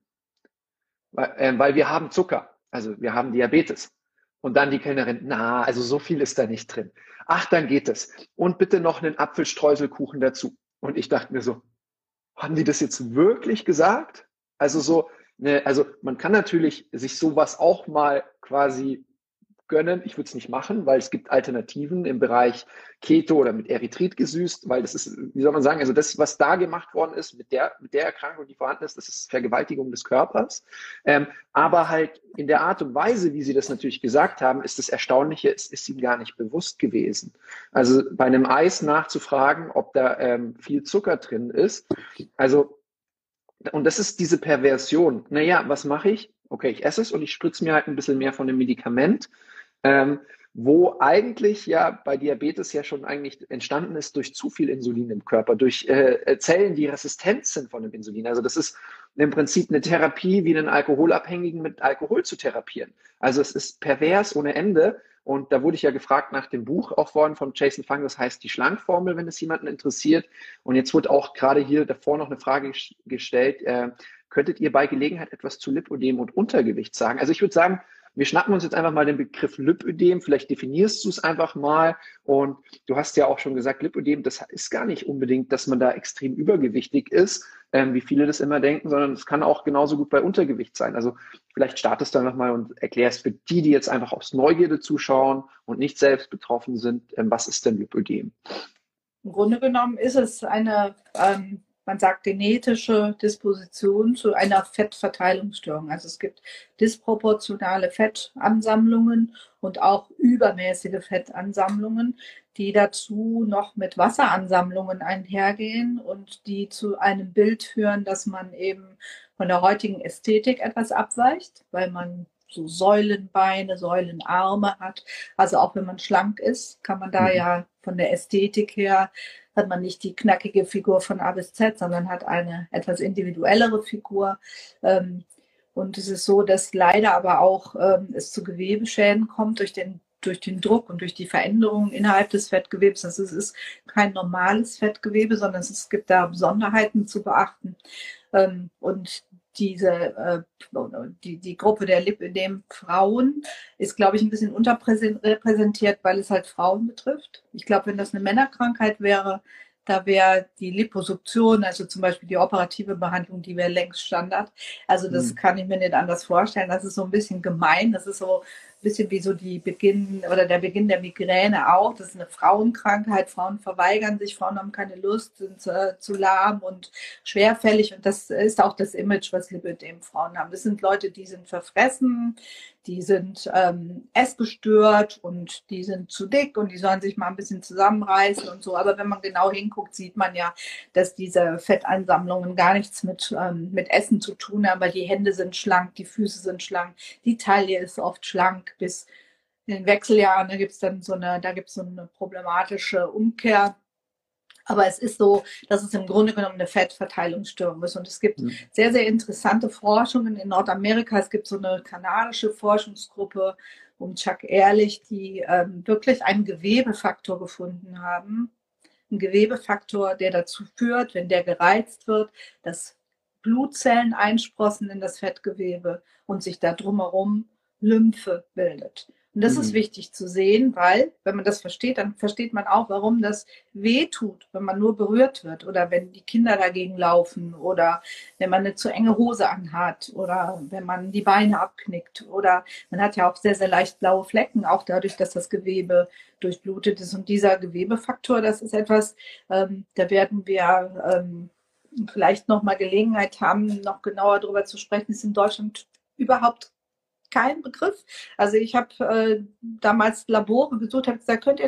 Weil wir haben Zucker, also wir haben Diabetes. Und dann die Kellnerin, also so viel ist da nicht drin. Ach, dann geht es. Und bitte noch einen Apfelstreuselkuchen dazu. Und ich dachte mir so, haben die das jetzt wirklich gesagt? Also so, also man kann natürlich sich sowas auch mal quasi gönnen. Ich würde es nicht machen, weil es gibt Alternativen im Bereich Keto oder mit Erythrit gesüßt, weil das ist, wie soll man sagen, also das, was da gemacht worden ist mit der Erkrankung, die vorhanden ist, das ist Vergewaltigung des Körpers. Aber halt in der Art und Weise, wie sie das natürlich gesagt haben, ist das Erstaunliche, es ist ihnen gar nicht bewusst gewesen. Also bei einem Eis nachzufragen, ob da viel Zucker drin ist, also und das ist diese Perversion. Naja, was mache ich? Okay, ich esse es und ich spritze mir halt ein bisschen mehr von dem Medikament, wo eigentlich ja bei Diabetes ja schon eigentlich entstanden ist durch zu viel Insulin im Körper, durch Zellen, die resistent sind von dem Insulin. Also das ist im Prinzip eine Therapie, wie einen Alkoholabhängigen mit Alkohol zu therapieren. Also es ist pervers ohne Ende. Und da wurde ich ja gefragt nach dem Buch auch vorhin von Jason Fung, das heißt die Schlankformel, wenn es jemanden interessiert. Und jetzt wurde auch gerade hier davor noch eine Frage gestellt, könntet ihr bei Gelegenheit etwas zu Lipödem und Untergewicht sagen? Also ich würde sagen, wir schnappen uns jetzt einfach mal den Begriff Lipödem, vielleicht definierst du es einfach mal und du hast ja auch schon gesagt, Lipödem, das ist gar nicht unbedingt, dass man da extrem übergewichtig ist, wie viele das immer denken, sondern es kann auch genauso gut bei Untergewicht sein. Also vielleicht startest du einfach mal und erklärst für die, die jetzt einfach aus Neugierde zuschauen und nicht selbst betroffen sind, was ist denn Lipödem? Im Grunde genommen ist es eine man sagt, genetische Disposition zu einer Fettverteilungsstörung. Also es gibt disproportionale Fettansammlungen und auch übermäßige Fettansammlungen, die dazu noch mit Wasseransammlungen einhergehen und die zu einem Bild führen, dass man eben von der heutigen Ästhetik etwas abweicht, weil man so Säulenbeine, Säulenarme hat. Also auch wenn man schlank ist, kann man da ja von der Ästhetik her hat man nicht die knackige Figur von A bis Z, sondern hat eine etwas individuellere Figur. Und es ist so, dass leider aber auch es zu Gewebeschäden kommt durch den Druck und durch die Veränderungen innerhalb des Fettgewebes. Also es ist kein normales Fettgewebe, sondern es gibt da Besonderheiten zu beachten. Und die Gruppe der Lipödem-Frauen ist, glaube ich, ein bisschen unterrepräsentiert, weil es halt Frauen betrifft. Ich glaube, wenn das eine Männerkrankheit wäre, da wäre die Liposuktion, also zum Beispiel die operative Behandlung, die wäre längst Standard. Also das kann ich mir nicht anders vorstellen. Das ist so ein bisschen gemein. Das ist so ein bisschen wie so der Beginn der Migräne auch. Das ist eine Frauenkrankheit. Frauen verweigern sich, Frauen haben keine Lust, sind zu lahm und schwerfällig. Und das ist auch das Image, was Lipödem-Frauen haben. Das sind Leute, die sind verfressen, die sind essgestört und die sind zu dick und die sollen sich mal ein bisschen zusammenreißen und so. Aber wenn man genau hinguckt, sieht man ja, dass diese Fettansammlungen gar nichts mit Essen zu tun haben, weil die Hände sind schlank, die Füße sind schlank, die Taille ist oft schlank. Bis in den Wechseljahren, da gibt es dann so eine problematische Umkehr. Aber es ist so, dass es im Grunde genommen eine Fettverteilungsstörung ist. Und es gibt sehr, sehr interessante Forschungen in Nordamerika. Es gibt so eine kanadische Forschungsgruppe um Chuck Ehrlich, die wirklich einen Gewebefaktor gefunden haben. Ein Gewebefaktor, der dazu führt, wenn der gereizt wird, dass Blutzellen einsprossen in das Fettgewebe und sich da drumherum Lymphe bildet. Und das ist wichtig zu sehen, weil, wenn man das versteht, dann versteht man auch, warum das weh tut, wenn man nur berührt wird oder wenn die Kinder dagegen laufen oder wenn man eine zu enge Hose anhat oder wenn man die Beine abknickt oder man hat ja auch sehr, sehr leicht blaue Flecken, auch dadurch, dass das Gewebe durchblutet ist. Und dieser Gewebefaktor, das ist etwas, da werden wir vielleicht noch mal Gelegenheit haben, noch genauer darüber zu sprechen. Ist in Deutschland überhaupt kein Begriff. Also ich habe damals Labore besucht, habe gesagt, könnt ihr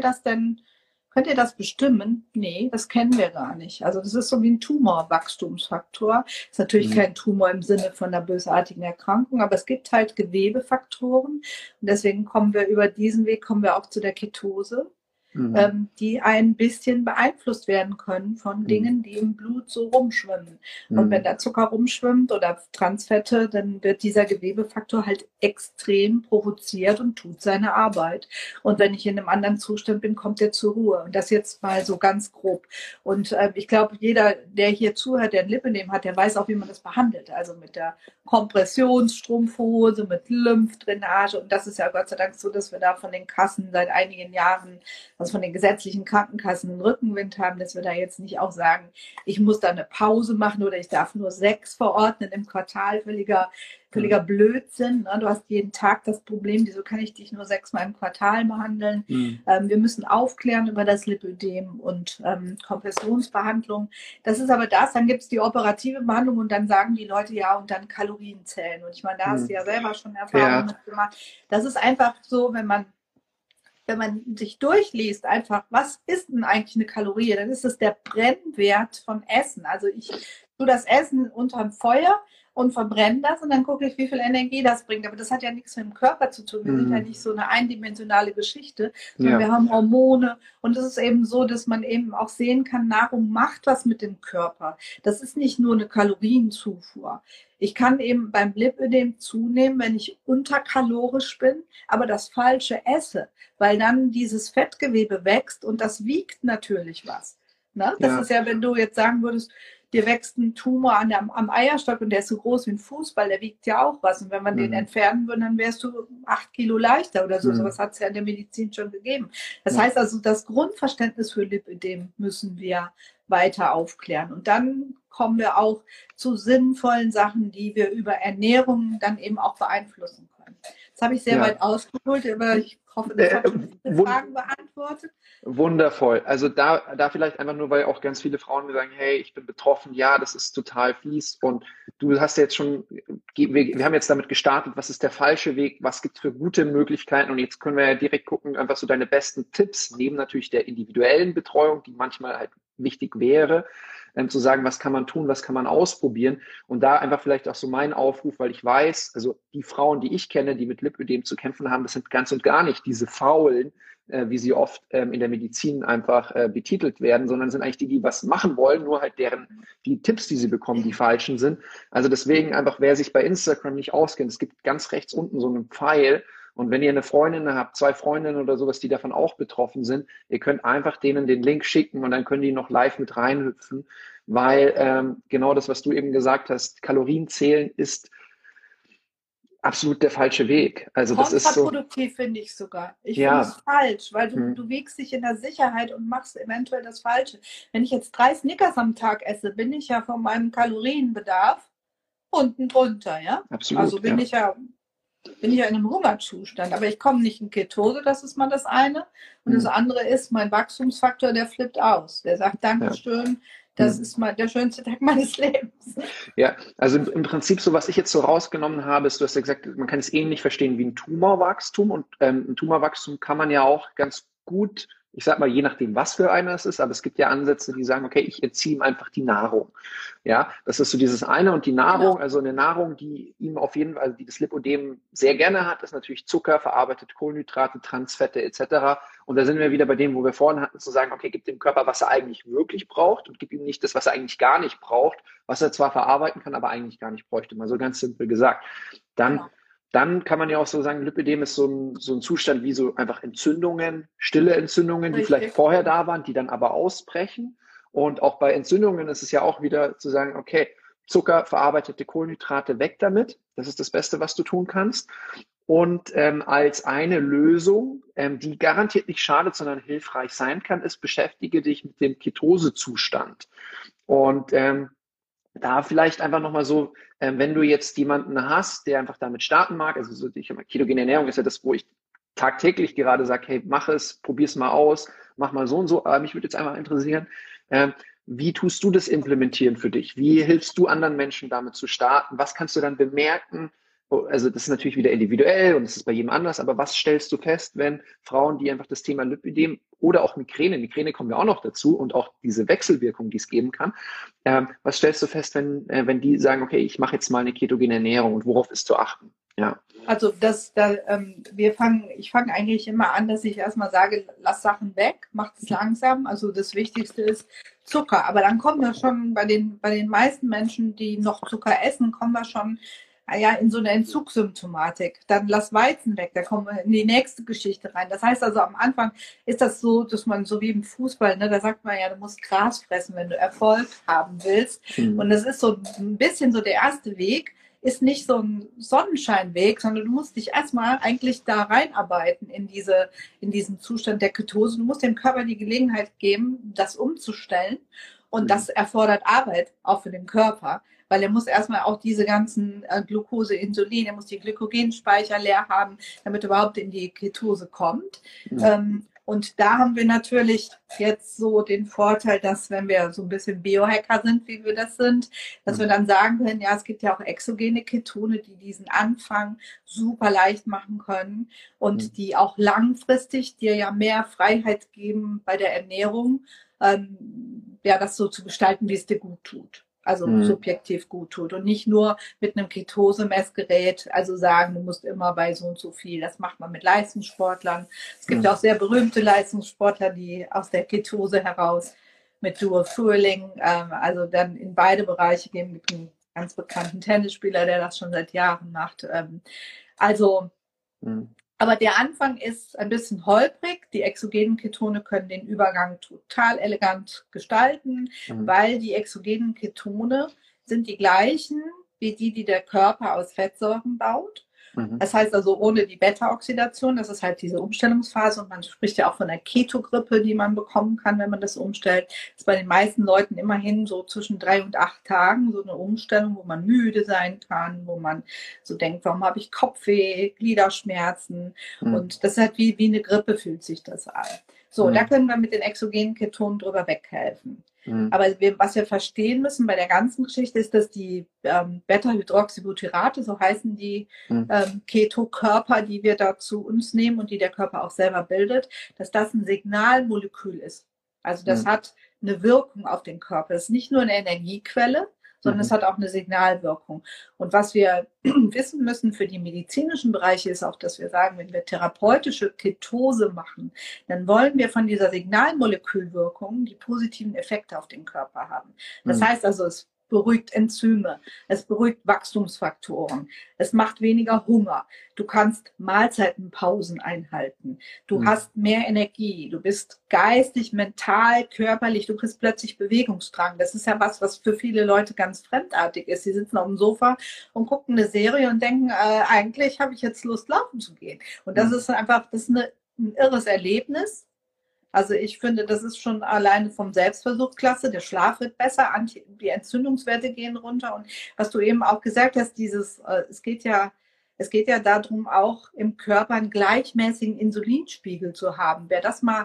das bestimmen? Nee, das kennen wir gar nicht. Also das ist so wie ein Tumorwachstumsfaktor. Ist natürlich kein Tumor im Sinne von einer bösartigen Erkrankung, aber es gibt halt Gewebefaktoren. Und deswegen über diesen Weg kommen wir auch zu der Ketose. Die ein bisschen beeinflusst werden können von Dingen, die im Blut so rumschwimmen. Und wenn da Zucker rumschwimmt oder Transfette, dann wird dieser Gewebefaktor halt extrem provoziert und tut seine Arbeit. Und wenn ich in einem anderen Zustand bin, kommt er zur Ruhe. Und das jetzt mal so ganz grob. Und ich glaube, jeder, der hier zuhört, der ein Lipödem hat, der weiß auch, wie man das behandelt. Also mit der Kompressionsstrumpfhose, mit Lymphdrainage. Und das ist ja Gott sei Dank so, dass wir da von den Kassen seit einigen Jahren, also von den gesetzlichen Krankenkassen, einen Rückenwind haben, dass wir da jetzt nicht auch sagen, ich muss da eine Pause machen oder ich darf nur 6 verordnen im Quartal, völliger Blödsinn. Ne? Du hast jeden Tag das Problem, wieso kann ich dich nur 6-mal im Quartal behandeln? Wir müssen aufklären über das Lipödem und Kompressionsbehandlung. Das ist aber das, dann gibt es die operative Behandlung und dann sagen die Leute, ja, und dann Kalorien zählen. Und ich meine, da hast du ja selber schon Erfahrungen mitgemacht. Das ist einfach so, wenn man sich durchliest, einfach, was ist denn eigentlich eine Kalorie? Dann ist es der Brennwert von Essen. Also ich tue das Essen unterm Feuer und verbrenne das und dann gucke ich, wie viel Energie das bringt. Aber das hat ja nichts mit dem Körper zu tun. Wir sind ja nicht so eine eindimensionale Geschichte, sondern wir haben Hormone. Und es ist eben so, dass man eben auch sehen kann, Nahrung macht was mit dem Körper. Das ist nicht nur eine Kalorienzufuhr. Ich kann eben beim Lipödem zunehmen, wenn ich unterkalorisch bin, aber das Falsche esse, weil dann dieses Fettgewebe wächst und das wiegt natürlich was. Ne? Das ist ja, wenn du jetzt sagen würdest, dir wächst ein Tumor am Eierstock und der ist so groß wie ein Fußball, der wiegt ja auch was. Und wenn man den entfernen würde, dann wärst du 8 Kilo leichter oder so. Sowas hat es ja in der Medizin schon gegeben. Das heißt also, das Grundverständnis für Lipödem müssen wir weiter aufklären. Und dann kommen wir auch zu sinnvollen Sachen, die wir über Ernährung dann eben auch beeinflussen können. Das habe ich sehr weit ausgeholt, aber ich hoffe, das hat schon viele Fragen beantwortet. Wundervoll. Also da vielleicht einfach nur, weil auch ganz viele Frauen mir sagen, hey, ich bin betroffen, ja, das ist total fies und du hast jetzt schon, wir haben jetzt damit gestartet, was ist der falsche Weg, was gibt es für gute Möglichkeiten und jetzt können wir ja direkt gucken, einfach so deine besten Tipps, neben natürlich der individuellen Betreuung, die manchmal halt wichtig wäre, zu sagen, was kann man tun, was kann man ausprobieren und da einfach vielleicht auch so mein Aufruf, weil ich weiß, also die Frauen, die ich kenne, die mit Lipödem zu kämpfen haben, das sind ganz und gar nicht diese Faulen, wie sie oft in der Medizin einfach betitelt werden, sondern sind eigentlich die was machen wollen, nur halt die Tipps, die sie bekommen, die falschen sind. Also deswegen einfach, wer sich bei Instagram nicht auskennt, es gibt ganz rechts unten so einen Pfeil und wenn ihr eine Freundin habt, 2 Freundinnen oder sowas, die davon auch betroffen sind, ihr könnt einfach denen den Link schicken und dann können die noch live mit reinhüpfen, weil genau das, was du eben gesagt hast, Kalorien zählen ist absolut der falsche Weg. Also das ist so kontraproduktiv, finde ich sogar. Ich finde es falsch, weil du wiegst dich in der Sicherheit und machst eventuell das Falsche. Wenn ich jetzt 3 Snickers am Tag esse, bin ich ja von meinem Kalorienbedarf unten drunter, ja? Absolut, also bin ich ja in einem Hungerzustand, aber ich komme nicht in Ketose, das ist mal das eine. Und das andere ist, mein Wachstumsfaktor, der flippt aus. Der sagt, Dankeschön, Das ist mal der schönste Tag meines Lebens. Ja, also im Prinzip so, was ich jetzt so rausgenommen habe, ist, du hast ja gesagt, man kann es ähnlich verstehen wie ein Tumorwachstum und ein Tumorwachstum kann man ja auch ganz gut, ich sag mal, je nachdem, was für einer es ist, aber es gibt ja Ansätze, die sagen, okay, ich entziehe ihm einfach die Nahrung. Ja, das ist so dieses eine und die Nahrung, also eine Nahrung, die ihm auf jeden Fall, also die das Lipödem sehr gerne hat, ist natürlich Zucker, verarbeitete Kohlenhydrate, Transfette etc. Und da sind wir wieder bei dem, wo wir vorhin hatten, zu sagen, okay, gib dem Körper, was er eigentlich wirklich braucht und gib ihm nicht das, was er eigentlich gar nicht braucht, was er zwar verarbeiten kann, aber eigentlich gar nicht bräuchte. Mal so ganz simpel gesagt. Dann kann man ja auch so sagen, Lipödem ist so ein Zustand wie so einfach Entzündungen, stille Entzündungen, die vielleicht vorher da waren, die dann aber ausbrechen. Und auch bei Entzündungen ist es ja auch wieder zu sagen, okay, Zucker, verarbeitete Kohlenhydrate, weg damit. Das ist das Beste, was du tun kannst. Und als eine Lösung, die garantiert nicht schadet, sondern hilfreich sein kann, ist, beschäftige dich mit dem Ketosezustand. Und da vielleicht einfach nochmal so, wenn du jetzt jemanden hast, der einfach damit starten mag, also so, ketogene Ernährung ist ja das, wo ich tagtäglich gerade sage, hey, mach es, probier's mal aus, mach mal so und so. Aber mich würde jetzt einfach interessieren, wie tust du das implementieren für dich? Wie hilfst du anderen Menschen damit zu starten? Was kannst du dann bemerken? Also das ist natürlich wieder individuell und es ist bei jedem anders, aber was stellst du fest, wenn Frauen, die einfach das Thema Lipödem oder auch Migräne kommen ja auch noch dazu und auch diese Wechselwirkung, die es geben kann, was stellst du fest, wenn die sagen, okay, ich mache jetzt mal eine ketogene Ernährung und worauf ist zu achten? Ja. Also ich fange eigentlich immer an, dass ich erstmal sage, lass Sachen weg, mach es langsam. Also das Wichtigste ist Zucker. Aber dann kommen wir schon bei den meisten Menschen, die noch Zucker essen, kommen wir schon in so eine Entzugssymptomatik. Dann lass Weizen weg, da kommen wir in die nächste Geschichte rein. Das heißt also, am Anfang ist das so, dass man so wie im Fußball, ne, da sagt man ja, du musst Gras fressen, wenn du Erfolg haben willst. Und das ist so ein bisschen so der erste Weg, ist nicht so ein Sonnenscheinweg, sondern du musst dich erstmal eigentlich da reinarbeiten in diesen Zustand der Ketose. Du musst dem Körper die Gelegenheit geben, das umzustellen. Und das erfordert Arbeit, auch für den Körper, weil er muss erstmal auch diese ganzen Glucose, Insulin, er muss die Glykogenspeicher leer haben, damit er überhaupt in die Ketose kommt. Und da haben wir natürlich jetzt so den Vorteil, dass wenn wir so ein bisschen Biohacker sind, wie wir das sind, dass wir dann sagen können, ja, es gibt ja auch exogene Ketone, die diesen Anfang super leicht machen können und die auch langfristig dir ja mehr Freiheit geben bei der Ernährung, das so zu gestalten, wie es dir gut tut. Also subjektiv gut tut und nicht nur mit einem Ketose-Messgerät, also sagen, du musst immer bei so und so viel. Das macht man mit Leistungssportlern. Es gibt auch sehr berühmte Leistungssportler, die aus der Ketose heraus mit Dual Fueling, also dann in beide Bereiche gehen. Mit einem ganz bekannten Tennisspieler, der das schon seit Jahren macht. Aber der Anfang ist ein bisschen holprig. Die exogenen Ketone können den Übergang total elegant gestalten, weil die exogenen Ketone sind die gleichen wie die der Körper aus Fettsäuren baut. Das heißt also ohne die Beta-Oxidation, das ist halt diese Umstellungsphase und man spricht ja auch von der Ketogrippe, die man bekommen kann, wenn man das umstellt. Das ist bei den meisten Leuten immerhin so zwischen 3 und 8 Tagen so eine Umstellung, wo man müde sein kann, wo man so denkt, warum habe ich Kopfweh, Gliederschmerzen und das ist halt wie eine Grippe fühlt sich das an. So, da können wir mit den exogenen Ketonen drüber weghelfen. Aber was wir verstehen müssen bei der ganzen Geschichte ist, dass die Beta-Hydroxybutyrate, so heißen die Ketokörper, die wir da zu uns nehmen und die der Körper auch selber bildet, dass das ein Signalmolekül ist. Also das hat eine Wirkung auf den Körper. Das ist nicht nur eine Energiequelle, sondern es hat auch eine Signalwirkung. Und was wir wissen müssen für die medizinischen Bereiche ist auch, dass wir sagen, wenn wir therapeutische Ketose machen, dann wollen wir von dieser Signalmolekülwirkung die positiven Effekte auf den Körper haben. Das heißt also, es beruhigt Enzyme, es beruhigt Wachstumsfaktoren, es macht weniger Hunger, du kannst Mahlzeitenpausen einhalten, du hast mehr Energie, du bist geistig, mental, körperlich, du kriegst plötzlich Bewegungsdrang. Das ist ja was für viele Leute ganz fremdartig ist. Sie sitzen auf dem Sofa und gucken eine Serie und denken, eigentlich habe ich jetzt Lust, laufen zu gehen. Und das ist einfach, ein irres Erlebnis. Also ich finde, das ist schon alleine vom Selbstversuch klasse. Der Schlaf wird besser, die Entzündungswerte gehen runter. Und was du eben auch gesagt hast, es geht ja darum, auch im Körper einen gleichmäßigen Insulinspiegel zu haben. Wer das mal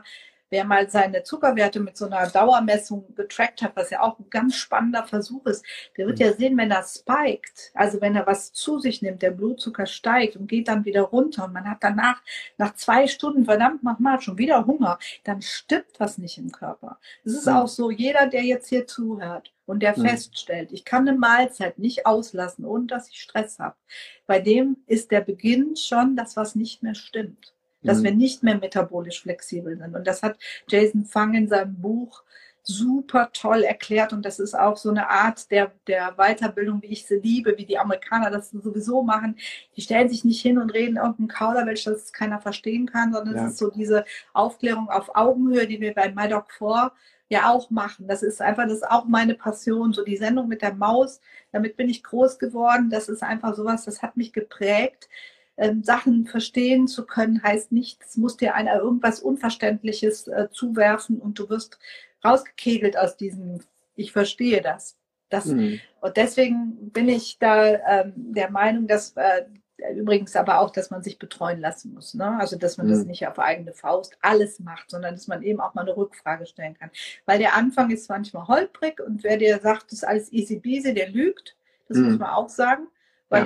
wer mal seine Zuckerwerte mit so einer Dauermessung getrackt hat, was ja auch ein ganz spannender Versuch ist, der wird ja sehen, wenn er spiked, also wenn er was zu sich nimmt, der Blutzucker steigt und geht dann wieder runter und man hat danach, nach 2 Stunden, verdammt nochmal, schon wieder Hunger, dann stimmt was nicht im Körper. Es ist auch so, jeder, der jetzt hier zuhört und der feststellt, ich kann eine Mahlzeit nicht auslassen, ohne dass ich Stress habe, bei dem ist der Beginn schon das, was nicht mehr stimmt. Dass wir nicht mehr metabolisch flexibel sind. Und das hat Jason Fung in seinem Buch super toll erklärt. Und das ist auch so eine Art der Weiterbildung, wie ich sie liebe, wie die Amerikaner das sowieso machen. Die stellen sich nicht hin und reden irgendeinen Kauderwelsch, dass keiner verstehen kann, sondern es ist so diese Aufklärung auf Augenhöhe, die wir bei MyDoc4 ja auch machen. Das ist auch meine Passion. So die Sendung mit der Maus, damit bin ich groß geworden. Das ist einfach sowas, das hat mich geprägt. Sachen verstehen zu können, heißt nicht, es muss dir einer irgendwas Unverständliches zuwerfen und du wirst rausgekegelt aus diesem, ich verstehe das. Und deswegen bin ich da der Meinung, dass übrigens aber auch, dass man sich betreuen lassen muss. Ne? Also, dass man das nicht auf eigene Faust alles macht, sondern dass man eben auch mal eine Rückfrage stellen kann. Weil der Anfang ist manchmal holprig und wer dir sagt, das ist alles easy peasy, der lügt. Das muss man auch sagen, weil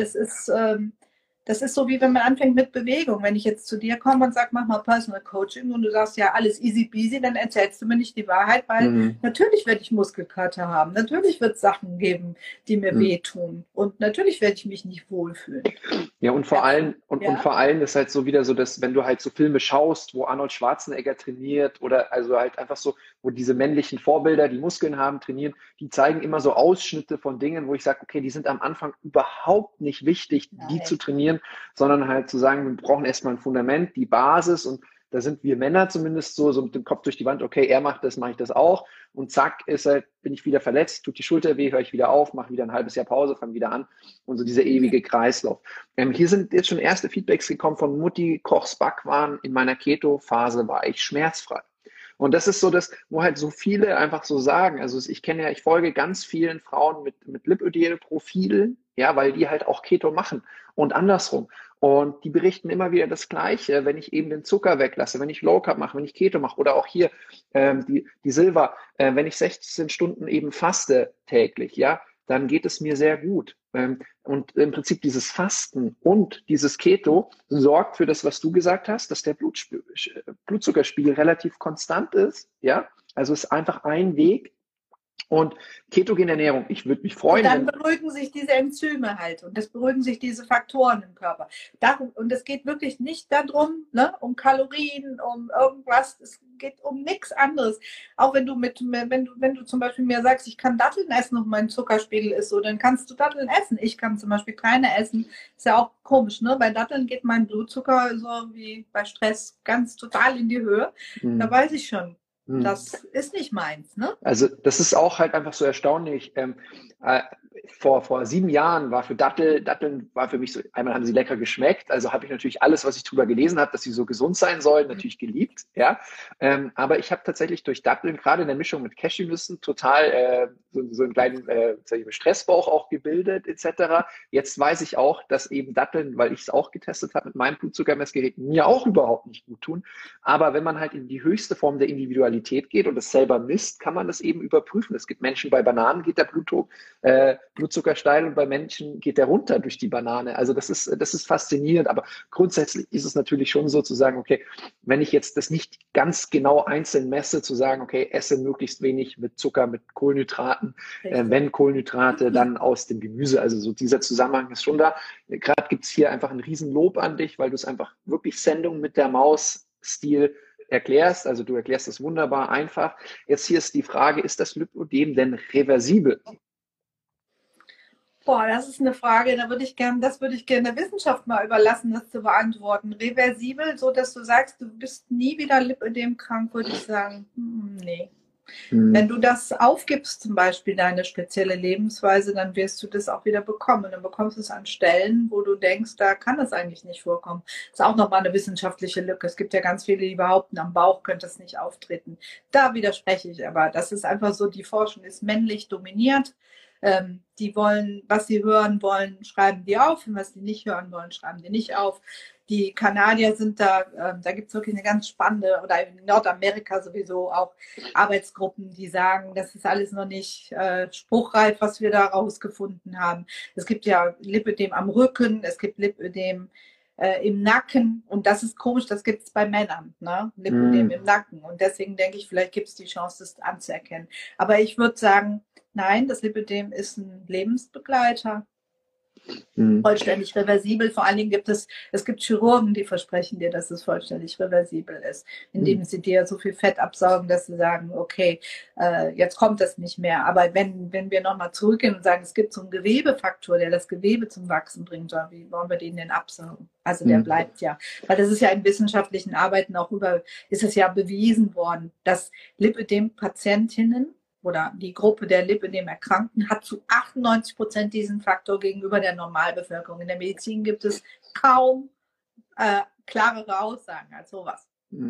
das ist so, wie wenn man anfängt mit Bewegung. Wenn ich jetzt zu dir komme und sage, mach mal Personal Coaching und du sagst, ja, alles easy peasy, dann erzählst du mir nicht die Wahrheit, weil natürlich werde ich Muskelkater haben. Natürlich wird es Sachen geben, die mir wehtun. Und natürlich werde ich mich nicht wohlfühlen. Ja, und vor allem ist halt so wieder so, dass wenn du halt so Filme schaust, wo Arnold Schwarzenegger trainiert oder also halt einfach so, wo diese männlichen Vorbilder, die Muskeln haben, trainieren, die zeigen immer so Ausschnitte von Dingen, wo ich sage, okay, die sind am Anfang überhaupt nicht wichtig, die zu trainieren, sondern halt zu sagen, wir brauchen erstmal ein Fundament, die Basis und da sind wir Männer zumindest so mit dem Kopf durch die Wand, okay, er macht das, mache ich das auch und zack, bin ich wieder verletzt, tut die Schulter weh, höre ich wieder auf, mache wieder ein halbes Jahr Pause, fange wieder an und so dieser ewige Kreislauf. Hier sind jetzt schon erste Feedbacks gekommen von Mutti, Kochs Backwaren, in meiner Keto-Phase war ich schmerzfrei. Und das ist so das, wo halt so viele einfach so sagen, also ich folge ganz vielen Frauen mit Lipödem-Profilen, ja, weil die halt auch Keto machen und andersrum. Und die berichten immer wieder das Gleiche, wenn ich eben den Zucker weglasse, wenn ich Low Carb mache, wenn ich Keto mache oder auch hier die Silva, wenn ich 16 Stunden eben faste täglich, ja, dann geht es mir sehr gut. Und im Prinzip dieses Fasten und dieses Keto sorgt für das, was du gesagt hast, dass der Blutzuckerspiegel relativ konstant ist, ja, also ist einfach ein Weg. Und ketogene Ernährung, ich würde mich freuen. Und dann beruhigen sich diese Enzyme halt und das beruhigen sich diese Faktoren im Körper. Und es geht wirklich nicht darum, ne, um Kalorien, um irgendwas. Es geht um nichts anderes. Auch wenn du zum Beispiel mir sagst, ich kann Datteln essen und mein Zuckerspiegel ist so, dann kannst du Datteln essen. Ich kann zum Beispiel keine essen. Ist ja auch komisch, ne? Bei Datteln geht mein Blutzucker so wie bei Stress ganz total in die Höhe. Da weiß ich schon. Das ist nicht meins, ne? Also das ist auch halt einfach so erstaunlich. Vor 7 Jahren war Datteln war für mich so, einmal haben sie lecker geschmeckt, also habe ich natürlich alles, was ich drüber gelesen habe, dass sie so gesund sein sollen, natürlich geliebt, ja. Aber ich habe tatsächlich durch Datteln, gerade in der Mischung mit Cashewnüssen, total so einen kleinen Stressbauch auch gebildet, etc. Jetzt weiß ich auch, dass eben Datteln, weil ich es auch getestet habe mit meinem Blutzuckermessgerät, mir auch überhaupt nicht gut tun. Aber wenn man halt in die höchste Form der Individualität geht und es selber misst, kann man das eben überprüfen. Es gibt Menschen, bei Bananen geht der Blutzucker steil und bei Menschen geht der runter durch die Banane. Also das ist faszinierend, aber grundsätzlich ist es natürlich schon so zu sagen, okay, wenn ich jetzt das nicht ganz genau einzeln messe, zu sagen, okay, esse möglichst wenig mit Zucker, mit Kohlenhydraten, wenn Kohlenhydrate, dann aus dem Gemüse. Also so dieser Zusammenhang ist schon da. Gerade gibt es hier einfach ein Riesenlob an dich, weil du es einfach wirklich Sendung mit der Maus-Stil erklärst. Also du erklärst es wunderbar einfach. Jetzt hier ist die Frage, ist das Lipödem denn reversibel? Boah, das ist eine Frage, das würde ich gerne der Wissenschaft mal überlassen, das zu beantworten. Reversibel, so dass du sagst, du bist nie wieder lipödemkrank, würde ich sagen, nee. Wenn du das aufgibst, zum Beispiel deine spezielle Lebensweise, dann wirst du das auch wieder bekommen. Dann bekommst du es an Stellen, wo du denkst, da kann das eigentlich nicht vorkommen. Das ist auch nochmal eine wissenschaftliche Lücke. Es gibt ja ganz viele, die behaupten, am Bauch könnte es nicht auftreten. Da widerspreche ich aber. Das ist einfach so, die Forschung ist männlich dominiert. Die wollen, was sie hören wollen, schreiben die auf. Und was die nicht hören wollen, schreiben die nicht auf. die Kanadier sind da gibt es wirklich eine ganz spannende, oder in Nordamerika sowieso auch Arbeitsgruppen, die sagen, das ist alles noch nicht spruchreif, was wir da rausgefunden haben. Es gibt ja Lipödem am Rücken, es gibt Lipödem im Nacken, und das ist komisch, das gibt es bei Männern, ne? Lipödem im Nacken, und deswegen denke ich, vielleicht gibt es die Chance, das anzuerkennen. Aber ich würde sagen, nein, das Lipödem ist ein Lebensbegleiter. Vollständig reversibel. Vor allen Dingen es gibt Chirurgen, die versprechen dir, dass es vollständig reversibel ist, indem sie dir so viel Fett absaugen, dass sie sagen, okay, jetzt kommt das nicht mehr. Aber wenn wir nochmal zurückgehen und sagen, es gibt so einen Gewebefaktor, der das Gewebe zum Wachsen bringt, wie wollen wir den denn absaugen? Also der bleibt ja. Weil das ist ja in wissenschaftlichen Arbeiten auch ist es ja bewiesen worden, dass Lipödem-Patientinnen oder die Gruppe der Lipödem-Erkrankten hat zu 98% diesen Faktor gegenüber der Normalbevölkerung. In der Medizin gibt es kaum klarere Aussagen als sowas.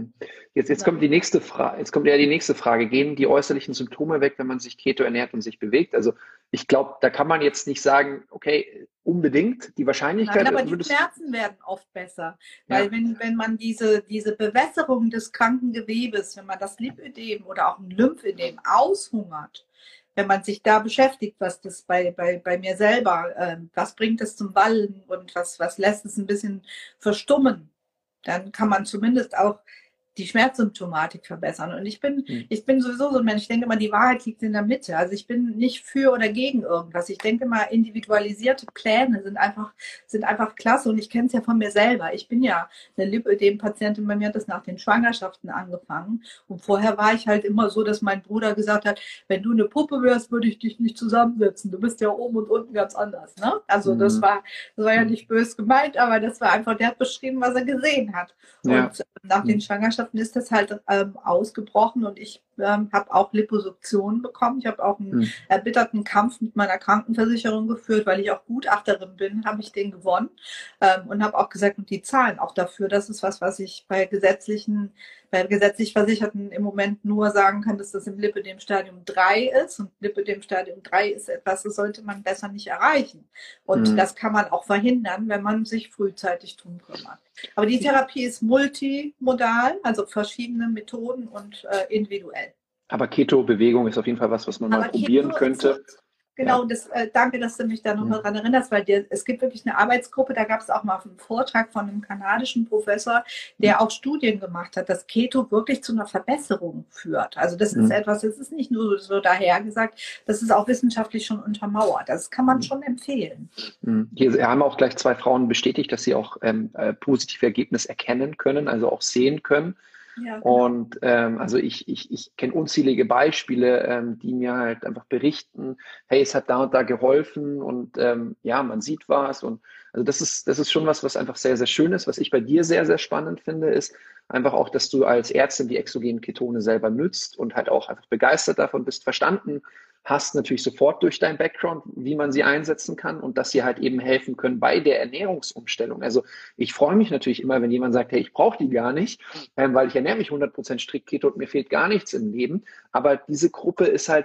Jetzt kommt die nächste Frage. Jetzt kommt ja die nächste Frage. Gehen die äußerlichen Symptome weg, wenn man sich Keto ernährt und sich bewegt? Also ich glaube, da kann man jetzt nicht sagen, okay, unbedingt. Die Wahrscheinlichkeit. Nein, aber die Schmerzen werden oft besser. Weil wenn man diese Bewässerung des kranken Gewebes, wenn man das Lipödem oder auch ein Lymphödem aushungert, wenn man sich da beschäftigt, was das bei mir selber, was bringt es zum Wallen und was lässt es ein bisschen verstummen, dann kann man zumindest auch die Schmerzsymptomatik verbessern. Und ich bin sowieso so ein Mensch, ich denke mal, die Wahrheit liegt in der Mitte. Also ich bin nicht für oder gegen irgendwas. Ich denke mal, individualisierte Pläne sind einfach klasse, und ich kenne es ja von mir selber. Ich bin ja eine Lipödem-Patientin, bei mir hat das nach den Schwangerschaften angefangen, und vorher war ich halt immer so, dass mein Bruder gesagt hat, wenn du eine Puppe wärst, würde ich dich nicht zusammensetzen. Du bist ja oben und unten ganz anders, ne? Also das war ja nicht böse gemeint, aber das war einfach, der hat beschrieben, was er gesehen hat. Ja. Und nach den Schwangerschaften ist das halt ausgebrochen, und ich habe auch Liposuktion bekommen. Ich habe auch einen erbitterten Kampf mit meiner Krankenversicherung geführt, weil ich auch Gutachterin bin, habe ich den gewonnen, und habe auch gesagt, und die zahlen auch dafür. Das ist was ich bei gesetzlich Versicherten im Moment nur sagen kann, dass das im Lipödem Stadium 3 ist, und Lipödem Stadium 3 ist etwas, das sollte man besser nicht erreichen. Und das kann man auch verhindern, wenn man sich frühzeitig drum kümmert. Aber die Therapie ist multimodal, also verschiedene Methoden und individuell. Aber Keto-Bewegung ist auf jeden Fall was man mal probieren könnte. Genau, danke, dass du mich da noch mal dran erinnerst, weil es gibt wirklich eine Arbeitsgruppe, da gab es auch mal einen Vortrag von einem kanadischen Professor, der auch Studien gemacht hat, dass Keto wirklich zu einer Verbesserung führt. Also das ist etwas, das ist nicht nur so dahergesagt, das ist auch wissenschaftlich schon untermauert. Das kann man schon empfehlen. Hier haben auch gleich 2 Frauen bestätigt, dass sie auch positive Ergebnisse erkennen können, also auch sehen können. Ja, genau. Und also ich kenne unzählige Beispiele, die mir halt einfach berichten, hey, es hat da und da geholfen, und ja, man sieht was, und also das ist schon was einfach sehr, sehr schön ist. Was ich bei dir sehr, sehr spannend finde, ist einfach auch, dass du als Ärztin die exogenen Ketone selber nützt und halt auch einfach begeistert davon bist, verstanden hast natürlich sofort durch deinen Background, wie man sie einsetzen kann, und dass sie halt eben helfen können bei der Ernährungsumstellung. Also ich freue mich natürlich immer, wenn jemand sagt, hey, ich brauche die gar nicht, weil ich ernähre mich 100% strikt Keto und mir fehlt gar nichts im Leben. Aber diese Gruppe ist halt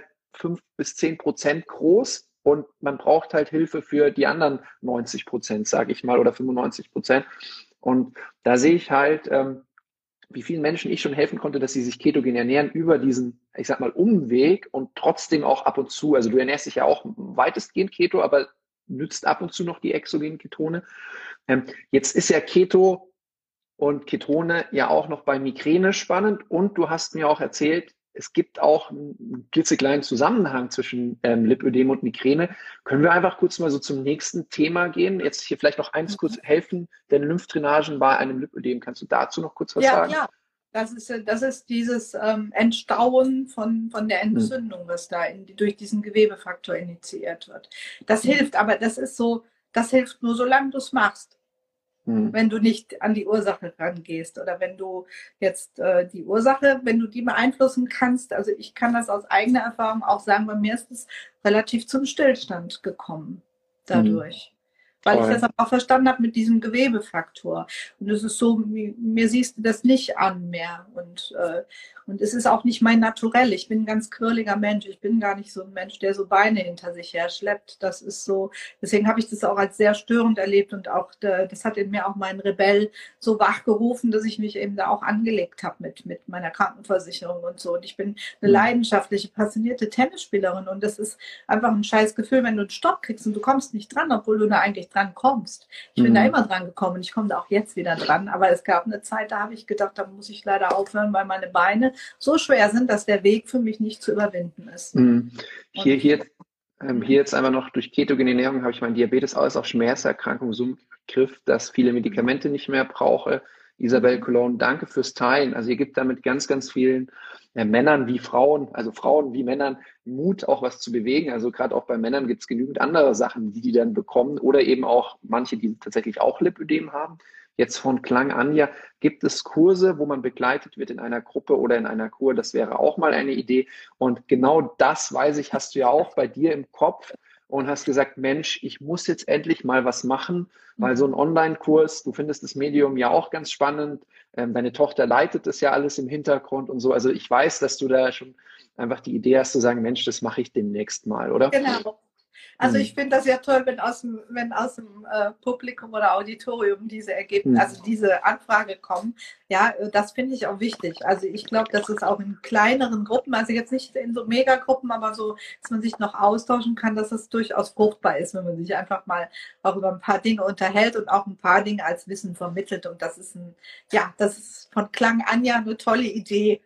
5-10% groß, und man braucht halt Hilfe für die anderen 90%, sage ich mal, oder 95%. Und da sehe ich halt, wie vielen Menschen ich schon helfen konnte, dass sie sich ketogen ernähren über diesen, ich sag mal, Umweg, und trotzdem auch ab und zu, also du ernährst dich ja auch weitestgehend Keto, aber nützt ab und zu noch die exogenen Ketone. Jetzt ist ja Keto und Ketone ja auch noch bei Migräne spannend, und du hast mir auch erzählt, es gibt auch einen klitzekleinen Zusammenhang zwischen Lipödem und Migräne. Können wir einfach kurz mal so zum nächsten Thema gehen? Jetzt hier vielleicht noch eins kurz helfen, denn Lymphdrainagen bei einem Lipödem. Kannst du dazu noch kurz was sagen? Ja, das ist dieses Entstauen von der Entzündung, was da durch diesen Gewebefaktor initiiert wird. Das hilft, aber das hilft nur, solange du es machst. Wenn du nicht an die Ursache rangehst, oder wenn du jetzt die Ursache, wenn du die beeinflussen kannst. Also ich kann das aus eigener Erfahrung auch sagen, bei mir ist es relativ zum Stillstand gekommen dadurch. Weil ich das auch verstanden habe mit diesem Gewebefaktor. Und es ist so, mir siehst du das nicht an mehr. Und es ist auch nicht mein Naturell. Ich bin ein ganz quirliger Mensch. Ich bin gar nicht so ein Mensch, der so Beine hinter sich her schleppt. Das ist so, deswegen habe ich das auch als sehr störend erlebt und auch, das hat in mir auch meinen Rebell so wachgerufen, dass ich mich eben da auch angelegt habe mit meiner Krankenversicherung und so. Und ich bin eine leidenschaftliche, passionierte Tennisspielerin und das ist einfach ein scheiß Gefühl, wenn du einen Stopp kriegst und du kommst nicht dran, obwohl du da eigentlich dran kommst. Ich bin da immer dran gekommen und ich komme da auch jetzt wieder dran. Aber es gab eine Zeit, da habe ich gedacht, da muss ich leider aufhören, weil meine Beine so schwer sind, dass der Weg für mich nicht zu überwinden ist. Hier jetzt einfach noch durch ketogene Ernährung habe ich meinen Diabetes aus, auch Schmerzerkrankung so im Griff, dass viele Medikamente nicht mehr brauche. Isabel Cologne, danke fürs Teilen. Also ihr gibt damit ganz, ganz vielen Männern wie Frauen, also Frauen wie Männern Mut, auch was zu bewegen. Also gerade auch bei Männern gibt es genügend andere Sachen, die dann bekommen oder eben auch manche, die tatsächlich auch Lipödem haben. Jetzt von Klang Anja, gibt es Kurse, wo man begleitet wird in einer Gruppe oder in einer Kur? Das wäre auch mal eine Idee. Und genau das, weiß ich, hast du ja auch bei dir im Kopf und hast gesagt, Mensch, ich muss jetzt endlich mal was machen, weil so ein Online-Kurs, du findest das Medium ja auch ganz spannend. Deine Tochter leitet das ja alles im Hintergrund und so. Also ich weiß, dass du da schon einfach die Idee hast zu sagen, Mensch, das mache ich demnächst mal, oder? Genau. Also ich finde das ja toll, wenn aus dem Publikum oder Auditorium diese Ergebnisse, also diese Anfrage kommen. Ja, das finde ich auch wichtig. Also ich glaube, dass es auch in kleineren Gruppen, also jetzt nicht in so Megagruppen, aber so, dass man sich noch austauschen kann, dass es durchaus fruchtbar ist, wenn man sich einfach mal auch über ein paar Dinge unterhält und auch ein paar Dinge als Wissen vermittelt. Und das ist das ist von Klang Anja eine tolle Idee.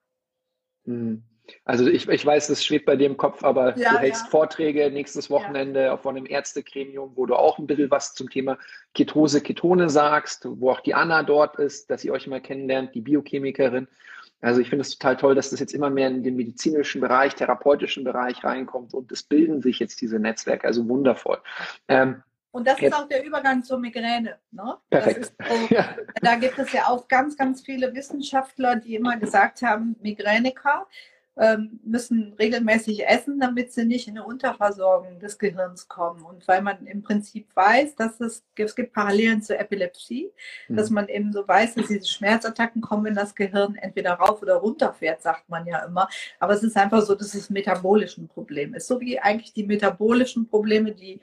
Also ich weiß, das schwebt bei dir im Kopf, aber du hältst Vorträge nächstes Wochenende von einem Ärztegremium, wo du auch ein bisschen was zum Thema Ketose, Ketone sagst, wo auch die Anna dort ist, dass ihr euch mal kennenlernt, die Biochemikerin. Also ich finde es total toll, dass das jetzt immer mehr in den medizinischen Bereich, therapeutischen Bereich reinkommt und es bilden sich jetzt diese Netzwerke, also wundervoll. Und das ist auch der Übergang zur Migräne. Ne? Perfekt. Das ist so, da gibt es ja auch ganz, ganz viele Wissenschaftler, die immer gesagt haben, Migräniker müssen regelmäßig essen, damit sie nicht in eine Unterversorgung des Gehirns kommen. Und weil man im Prinzip weiß, dass es gibt Parallelen zur Epilepsie, dass man eben so weiß, dass diese Schmerzattacken kommen, wenn das Gehirn entweder rauf oder runter fährt, sagt man ja immer. Aber es ist einfach so, dass es metabolisch ein Problem ist. So wie eigentlich die metabolischen Probleme, die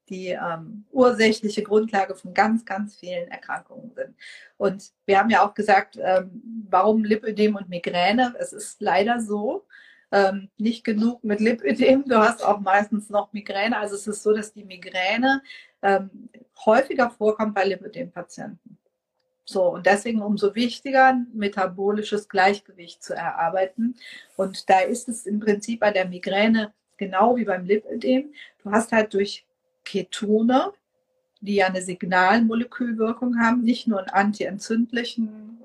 ursächliche Grundlage von ganz, ganz vielen Erkrankungen sind. Und wir haben ja auch gesagt, warum Lipödem und Migräne? Es ist leider so, nicht genug mit Lipödem, du hast auch meistens noch Migräne. Also es ist so, dass die Migräne häufiger vorkommt bei Lipödem-Patienten. So, und deswegen umso wichtiger, ein metabolisches Gleichgewicht zu erarbeiten. Und da ist es im Prinzip bei der Migräne genau wie beim Lipödem. Du hast halt durch Ketone, die ja eine Signalmolekülwirkung haben, nicht nur einen antientzündlichen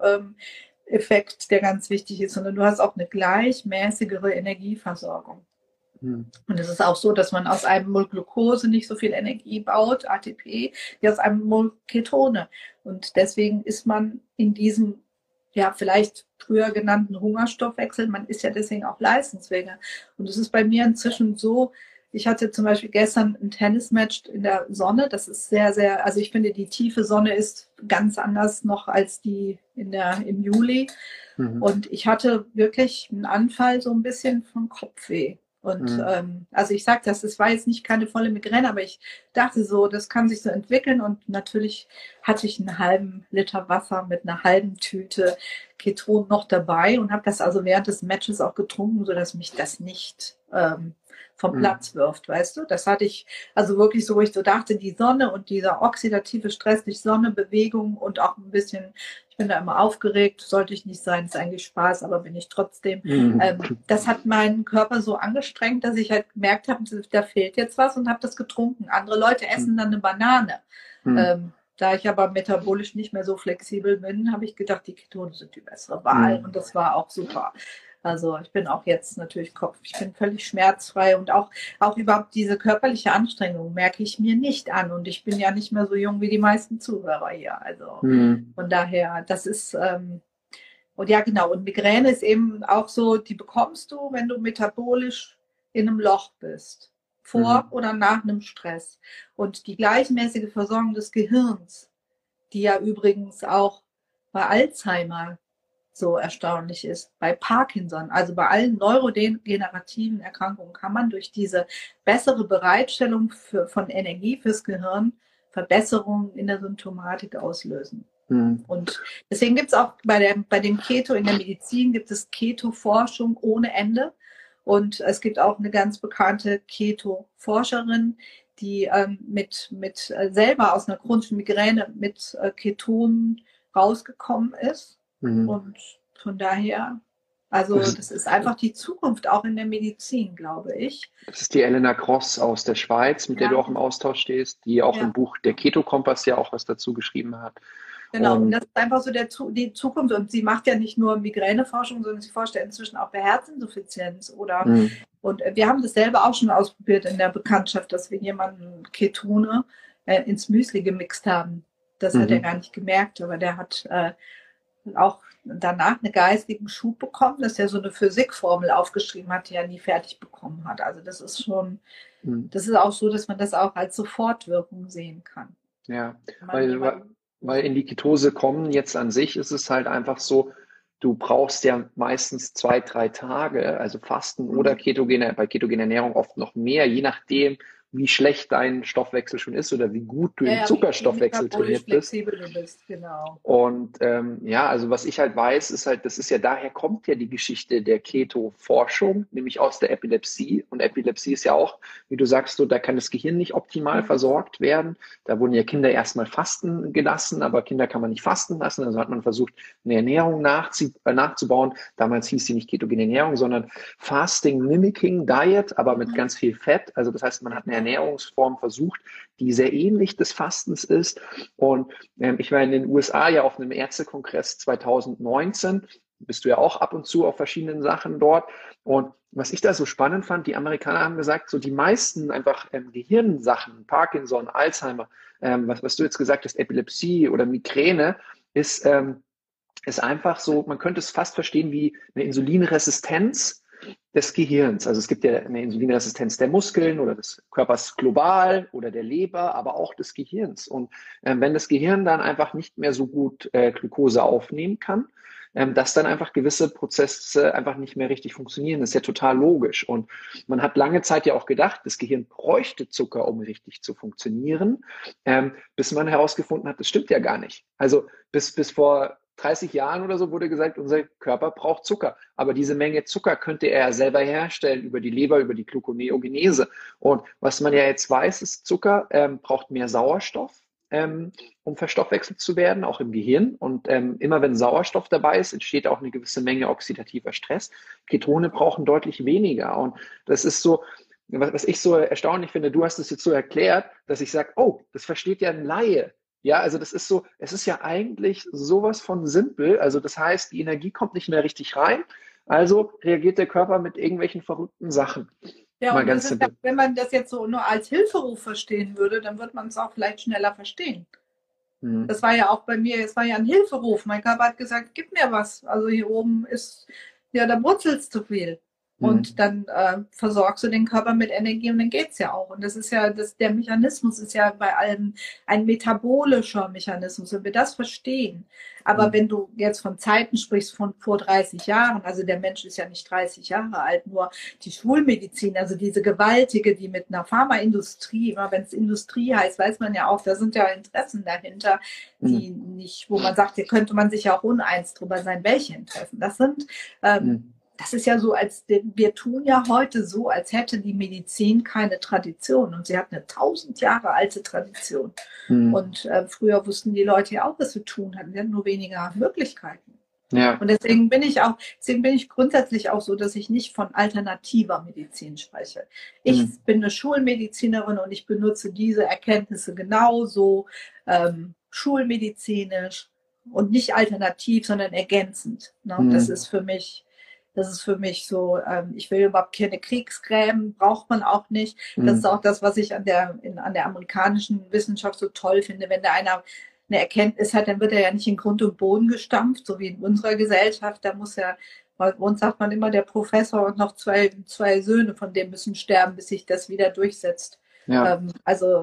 Effekt, der ganz wichtig ist, sondern du hast auch eine gleichmäßigere Energieversorgung. Und es ist auch so, dass man aus einem Mol Glucose nicht so viel Energie baut, ATP, wie aus einem Mol Ketone. Und deswegen ist man in diesem vielleicht früher genannten Hungerstoffwechsel, man ist ja deswegen auch leistungsfähiger. Und es ist bei mir inzwischen so, ich hatte zum Beispiel gestern ein Tennismatch in der Sonne. Das ist sehr, sehr, also ich finde, die tiefe Sonne ist ganz anders noch als die im Juli. Und ich hatte wirklich einen Anfall so ein bisschen von Kopfweh. Und also ich sage das war jetzt nicht keine volle Migräne, aber ich dachte so, das kann sich so entwickeln. Und natürlich hatte ich einen halben Liter Wasser mit einer halben Tüte Keton noch dabei und habe das also während des Matches auch getrunken, sodass mich das nicht vom Platz wirft, weißt du? Das hatte ich also wirklich so, wo ich so dachte, die Sonne und dieser oxidative Stress durch Sonne, Bewegung und auch ein bisschen, ich bin da immer aufgeregt, sollte ich nicht sein, ist eigentlich Spaß, aber bin ich trotzdem. Das hat meinen Körper so angestrengt, dass ich halt gemerkt habe, da fehlt jetzt was und habe das getrunken. Andere Leute essen dann eine Banane. Da ich aber metabolisch nicht mehr so flexibel bin, habe ich gedacht, die Ketone sind die bessere Wahl und das war auch super. Also ich bin auch jetzt natürlich ich bin völlig schmerzfrei und auch überhaupt diese körperliche Anstrengung merke ich mir nicht an und ich bin ja nicht mehr so jung wie die meisten Zuhörer hier. Also von daher, das ist und ja genau, und Migräne ist eben auch so, die bekommst du, wenn du metabolisch in einem Loch bist, vor oder nach einem Stress. Und die gleichmäßige Versorgung des Gehirns, die ja übrigens auch bei Alzheimer so erstaunlich ist. Bei Parkinson, also bei allen neurodegenerativen Erkrankungen, kann man durch diese bessere Bereitstellung von Energie fürs Gehirn Verbesserungen in der Symptomatik auslösen. Und deswegen gibt es auch bei dem Keto in der Medizin gibt es Keto-Forschung ohne Ende. Und es gibt auch eine ganz bekannte Keto-Forscherin, die selber aus einer chronischen Migräne mit Ketonen rausgekommen ist. Und von daher, also das ist einfach die Zukunft auch in der Medizin, glaube ich. Das ist die Elena Cross aus der Schweiz, mit der du auch im Austausch stehst, die auch im Buch Der Keto-Kompass ja auch was dazu geschrieben hat. Genau, und das ist einfach so die Zukunft. Und sie macht ja nicht nur Migräneforschung, sondern sie forscht ja inzwischen auch bei Herzinsuffizienz. Und wir haben das selber auch schon ausprobiert in der Bekanntschaft, dass wir jemanden Ketone ins Müsli gemixt haben. Das hat er gar nicht gemerkt, aber der hat auch danach einen geistigen Schub bekommen, dass er so eine Physikformel aufgeschrieben hat, die er nie fertig bekommen hat. Also das ist schon, das ist auch so, dass man das auch als Sofortwirkung sehen kann. Ja, weil in die Ketose kommen jetzt an sich ist es halt einfach so, du brauchst ja meistens 2-3 Tage, also Fasten oder bei ketogener Ernährung oft noch mehr, je nachdem, wie schlecht dein Stoffwechsel schon ist oder wie gut du im Zuckerstoffwechsel trainiert bist. Flexibel du bist, genau. Und also was ich halt weiß, ist halt, daher kommt ja die Geschichte der Keto-Forschung, nämlich aus der Epilepsie. Und Epilepsie ist ja auch, wie du sagst, so, da kann das Gehirn nicht optimal versorgt werden. Da wurden ja Kinder erstmal fasten gelassen, aber Kinder kann man nicht fasten lassen. Also hat man versucht, eine Ernährung nachzubauen. Damals hieß sie nicht ketogene Ernährung, sondern Fasting Mimicking Diet, aber mit ganz viel Fett. Also das heißt, man hat eine Ernährungsform versucht, die sehr ähnlich des Fastens ist. Und ich war in den USA ja auf einem Ärztekongress 2019, bist du ja auch ab und zu auf verschiedenen Sachen dort. Und was ich da so spannend fand, die Amerikaner haben gesagt, so die meisten einfach Gehirnsachen, Parkinson, Alzheimer, was du jetzt gesagt hast, Epilepsie oder Migräne, ist einfach so, man könnte es fast verstehen wie eine Insulinresistenz des Gehirns. Also es gibt ja eine Insulinresistenz der Muskeln oder des Körpers global oder der Leber, aber auch des Gehirns. Und wenn das Gehirn dann einfach nicht mehr so gut Glucose aufnehmen kann, dass dann einfach gewisse Prozesse einfach nicht mehr richtig funktionieren. Das ist ja total logisch. Und man hat lange Zeit ja auch gedacht, das Gehirn bräuchte Zucker, um richtig zu funktionieren, bis man herausgefunden hat, das stimmt ja gar nicht. Also bis vor 30 Jahren oder so wurde gesagt, unser Körper braucht Zucker. Aber diese Menge Zucker könnte er ja selber herstellen über die Leber, über die Gluconeogenese. Und was man ja jetzt weiß, ist, Zucker braucht mehr Sauerstoff, um verstoffwechselt zu werden, auch im Gehirn. Und immer wenn Sauerstoff dabei ist, entsteht auch eine gewisse Menge oxidativer Stress. Ketone brauchen deutlich weniger. Und das ist so, was ich so erstaunlich finde, du hast es jetzt so erklärt, dass ich sage, oh, das versteht ja ein Laie. Ja, also das ist so, es ist ja eigentlich sowas von simpel. Also das heißt, die Energie kommt nicht mehr richtig rein. Also reagiert der Körper mit irgendwelchen verrückten Sachen. Ja, und das ist, wenn man das jetzt so nur als Hilferuf verstehen würde, dann wird man es auch vielleicht schneller verstehen. Das war ja auch bei mir, es war ja ein Hilferuf. Mein Körper hat gesagt, gib mir was. Also hier oben ist, ja, da brutzelst zu viel. Und dann versorgst du den Körper mit Energie und dann geht's ja auch. Und das ist ja, der Mechanismus ist ja bei allem ein metabolischer Mechanismus, wenn wir das verstehen. Aber wenn du jetzt von Zeiten sprichst von vor 30 Jahren, also der Mensch ist ja nicht 30 Jahre alt, nur die Schulmedizin, also diese gewaltige, die mit einer Pharmaindustrie, immer wenn es Industrie heißt, weiß man ja auch, da sind ja Interessen dahinter, die nicht, wo man sagt, hier könnte man sich ja auch uneins drüber sein, welche Interessen. Das sind das ist ja so, wir tun ja heute so, als hätte die Medizin keine Tradition. Und sie hat eine 1000 Jahre alte Tradition. Und früher wussten die Leute ja auch, was sie tun hatten. Sie hatten nur weniger Möglichkeiten. Ja. Und deswegen bin ich grundsätzlich auch so, dass ich nicht von alternativer Medizin spreche. Ich bin eine Schulmedizinerin und ich benutze diese Erkenntnisse genauso schulmedizinisch und nicht alternativ, sondern ergänzend. Ne? Das ist für mich so, ich will überhaupt keine Kriegsgräben, braucht man auch nicht. Das ist auch das, was ich an der amerikanischen Wissenschaft so toll finde. Wenn da einer eine Erkenntnis hat, dann wird er ja nicht in Grund und Boden gestampft, so wie in unserer Gesellschaft. Da muss ja, bei uns sagt man immer, der Professor und noch zwei Söhne von dem müssen sterben, bis sich das wieder durchsetzt. Ja. Also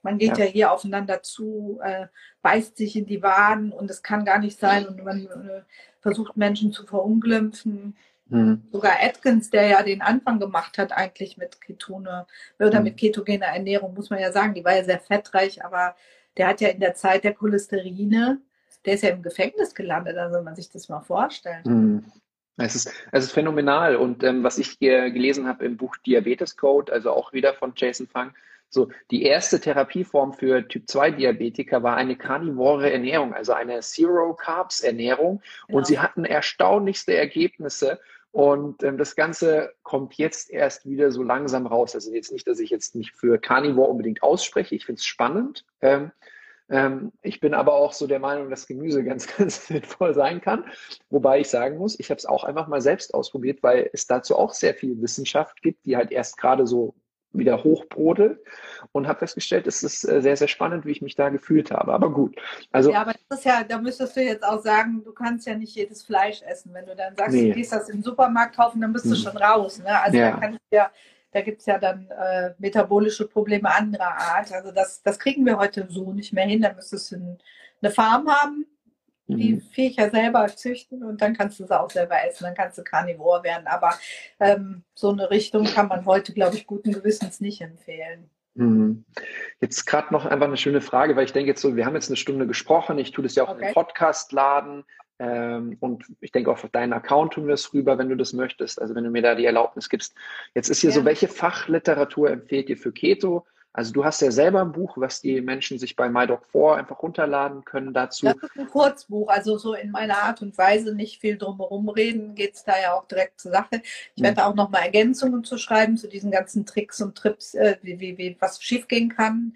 Man geht ja hier aufeinander zu, beißt sich in die Waden und es kann gar nicht sein und man versucht Menschen zu verunglimpfen. Sogar Atkins, der ja den Anfang gemacht hat eigentlich mit Ketone oder mit ketogener Ernährung, muss man ja sagen, die war ja sehr fettreich, aber der hat ja in der Zeit der Cholesterine, der ist ja im Gefängnis gelandet, also wenn man sich das mal vorstellt. Es ist phänomenal und was ich hier gelesen habe im Buch Diabetes Code, also auch wieder von Jason Fung, so die erste Therapieform für Typ-2-Diabetiker war eine karnivore Ernährung, also eine Zero-Carbs-Ernährung und sie hatten erstaunlichste Ergebnisse. Und das Ganze kommt jetzt erst wieder so langsam raus. Also jetzt nicht, dass ich jetzt nicht für Carnivore unbedingt ausspreche. Ich finde es spannend. Ich bin aber auch so der Meinung, dass Gemüse ganz, ganz sinnvoll sein kann. Wobei ich sagen muss, ich habe es auch einfach mal selbst ausprobiert, weil es dazu auch sehr viel Wissenschaft gibt, die halt erst gerade so wieder hochbrodelt und habe festgestellt, es ist sehr, sehr spannend, wie ich mich da gefühlt habe. Aber gut. Also, ja, aber das ist ja, da müsstest du jetzt auch sagen, du kannst ja nicht jedes Fleisch essen. Wenn du dann sagst, du gehst das im Supermarkt kaufen, dann bist du schon raus. Ne? Also da gibt es ja dann metabolische Probleme anderer Art. Also das kriegen wir heute so nicht mehr hin. Da müsstest du eine Farm haben, die Viecher selber züchten und dann kannst du sie auch selber essen, dann kannst du Karnivor werden. Aber so eine Richtung kann man heute, glaube ich, guten Gewissens nicht empfehlen. Jetzt gerade noch einfach eine schöne Frage, weil ich denke jetzt so, wir haben jetzt eine Stunde gesprochen, ich tue das ja auch in den Podcast laden und ich denke auch auf deinen Account tun wir es rüber, wenn du das möchtest, also wenn du mir da die Erlaubnis gibst. Jetzt ist hier so, welche Fachliteratur empfehlt ihr für Keto? Also du hast ja selber ein Buch, was die Menschen sich bei MyDoc4 einfach runterladen können dazu. Das ist ein Kurzbuch, also so in meiner Art und Weise, nicht viel drumherum reden, geht es da ja auch direkt zur Sache. Ich werde auch nochmal Ergänzungen zu schreiben, zu diesen ganzen Tricks und Trips, wie was schiefgehen kann.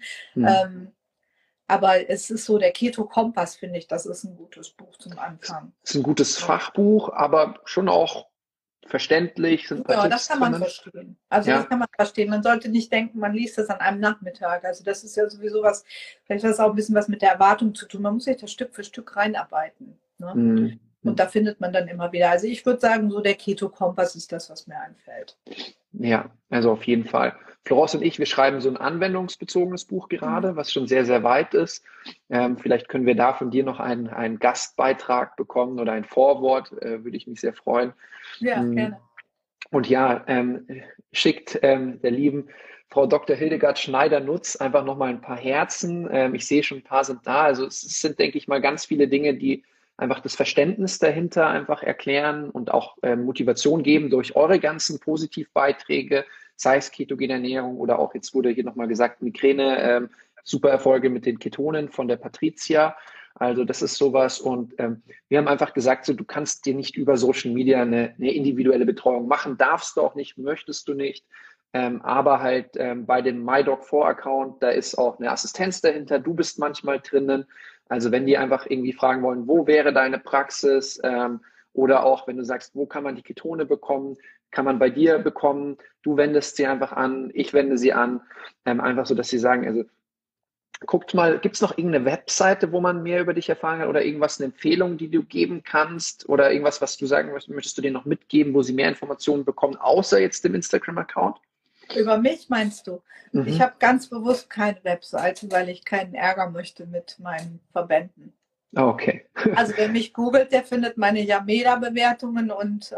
Aber es ist so, der Keto-Kompass, finde ich, das ist ein gutes Buch zum Anfang. Es ist ein gutes Fachbuch, aber schon auch verständlich. Ja, das kann man verstehen. Also das kann man verstehen. Man sollte nicht denken, man liest das an einem Nachmittag. Also das ist ja sowieso was, vielleicht hat das auch ein bisschen was mit der Erwartung zu tun. Man muss sich das Stück für Stück reinarbeiten. Ne? Und da findet man dann immer wieder. Also ich würde sagen, so der Keto-Kompass ist das, was mir einfällt. Ja, also auf jeden Fall. Florence und ich, wir schreiben so ein anwendungsbezogenes Buch gerade, was schon sehr, sehr weit ist. Vielleicht können wir da von dir noch einen Gastbeitrag bekommen oder ein Vorwort, würde ich mich sehr freuen. Ja, gerne. Und ja, schickt der lieben Frau Dr. Hildegard Schneider-Nutz einfach nochmal ein paar Herzen. Ich sehe schon, ein paar sind da. Also es sind, denke ich mal, ganz viele Dinge, die einfach das Verständnis dahinter einfach erklären und auch Motivation geben durch eure ganzen Positivbeiträge, sei es ketogene Ernährung oder auch, jetzt wurde hier nochmal gesagt, Migräne, super Erfolge mit den Ketonen von der Patricia. Also das ist sowas und wir haben einfach gesagt, so, du kannst dir nicht über Social Media eine individuelle Betreuung machen, darfst du auch nicht, möchtest du nicht. Aber halt bei dem MyDoc4-Account, da ist auch eine Assistenz dahinter, du bist manchmal drinnen. Also wenn die einfach irgendwie fragen wollen, wo wäre deine Praxis oder auch wenn du sagst, wo kann man die Ketone bekommen, kann man bei dir bekommen, du wendest sie einfach an, ich wende sie an, einfach so, dass sie sagen, also guckt mal, gibt es noch irgendeine Webseite, wo man mehr über dich erfahren kann oder irgendwas, eine Empfehlung, die du geben kannst oder irgendwas, was du sagen möchtest du denen noch mitgeben, wo sie mehr Informationen bekommen, außer jetzt dem Instagram-Account? Über mich meinst du? Ich habe ganz bewusst keine Webseite, weil ich keinen Ärger möchte mit meinen Verbänden. Okay. Also wer mich googelt, der findet meine Yameda-Bewertungen und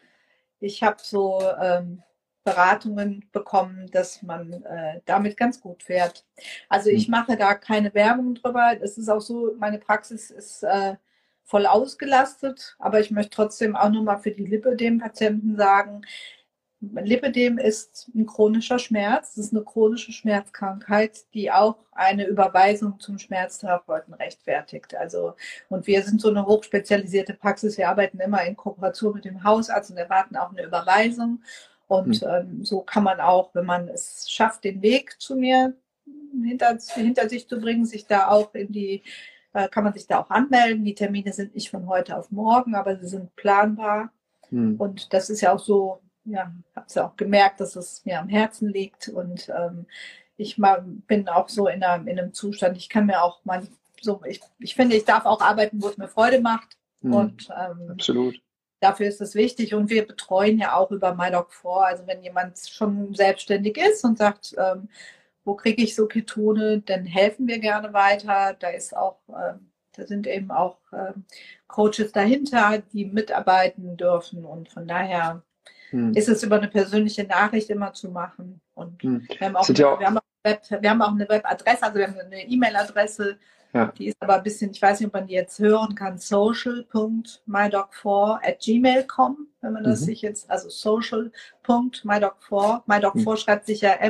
ich habe so Beratungen bekommen, dass man damit ganz gut fährt. Also ich mache da keine Werbung drüber. Es ist auch so, meine Praxis ist voll ausgelastet, aber ich möchte trotzdem auch nochmal für die Lipödem-Patienten sagen, Lipödem ist ein chronischer Schmerz. Das ist eine chronische Schmerzkrankheit, die auch eine Überweisung zum Schmerztherapeuten rechtfertigt. Also, und wir sind so eine hochspezialisierte Praxis. Wir arbeiten immer in Kooperation mit dem Hausarzt und erwarten auch eine Überweisung. Und so kann man auch, wenn man es schafft, den Weg zu mir hinter sich zu bringen, sich da auch kann man sich da auch anmelden. Die Termine sind nicht von heute auf morgen, aber sie sind planbar. Und das ist ja auch so, ja, habe es ja auch gemerkt, dass es mir am Herzen liegt und ich bin auch so in einem Zustand, ich kann mir auch mal so, ich finde, ich darf auch arbeiten, wo es mir Freude macht und absolut. Dafür ist es wichtig und wir betreuen ja auch über MyDoc4, also wenn jemand schon selbstständig ist und sagt, wo kriege ich so Ketone, dann helfen wir gerne weiter. Da sind eben auch Coaches dahinter, die mitarbeiten dürfen. Und von daher ist es über eine persönliche Nachricht immer zu machen. Und wir haben auch eine Webadresse, also wir haben eine E-Mail-Adresse, die ist aber ein bisschen, ich weiß nicht, ob man die jetzt hören kann, social.mydoc4@gmail.com, wenn man das sich jetzt, also social.mydoc4, mydoc4 schreibt sich ja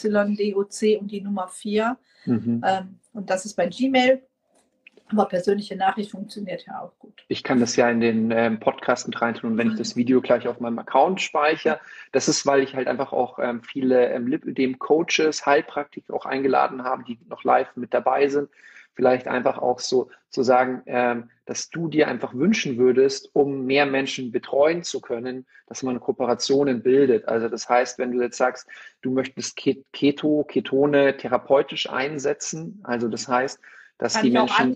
MYDOC und die Nummer 4. Und das ist bei Gmail. Aber persönliche Nachricht funktioniert ja auch gut. Ich kann das ja in den Podcast mit reintun und wenn ich das Video gleich auf meinem Account speichere, das ist, weil ich halt einfach auch viele Lipödem-Coaches, Heilpraktiker auch eingeladen habe, die noch live mit dabei sind. Vielleicht einfach auch so zu sagen, dass du dir einfach wünschen würdest, um mehr Menschen betreuen zu können, dass man Kooperationen bildet. Also das heißt, wenn du jetzt sagst, du möchtest Ketone therapeutisch einsetzen, also das heißt, dass die Menschen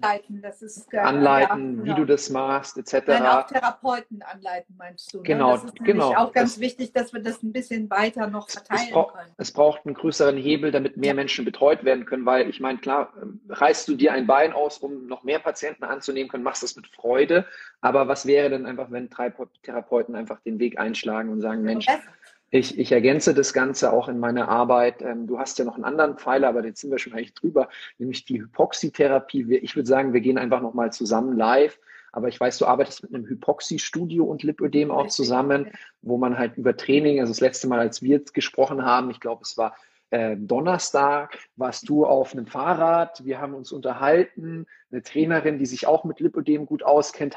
anleiten, wie du das machst, etc. Nein, auch Therapeuten anleiten, meinst du? Ne? Genau, das ist nämlich auch ganz wichtig, dass wir das ein bisschen weiter noch verteilen können. Es braucht einen größeren Hebel, damit mehr Menschen betreut werden können, weil ich meine, klar, reißt du dir ein Bein aus, um noch mehr Patienten anzunehmen können, machst das mit Freude, aber was wäre denn einfach, wenn 3 Therapeuten einfach den Weg einschlagen und sagen, Mensch, ich ergänze das Ganze auch in meiner Arbeit. Du hast ja noch einen anderen Pfeiler, aber jetzt sind wir schon eigentlich drüber, nämlich die Hypoxie-Therapie. Ich würde sagen, wir gehen einfach nochmal zusammen live. Aber ich weiß, du arbeitest mit einem Hypoxie-Studio und Lipödem auch zusammen, wo man halt über Training, also das letzte Mal, als wir jetzt gesprochen haben, ich glaube, es war Donnerstag, warst du auf einem Fahrrad. Wir haben uns unterhalten. Eine Trainerin, die sich auch mit Lipödem gut auskennt,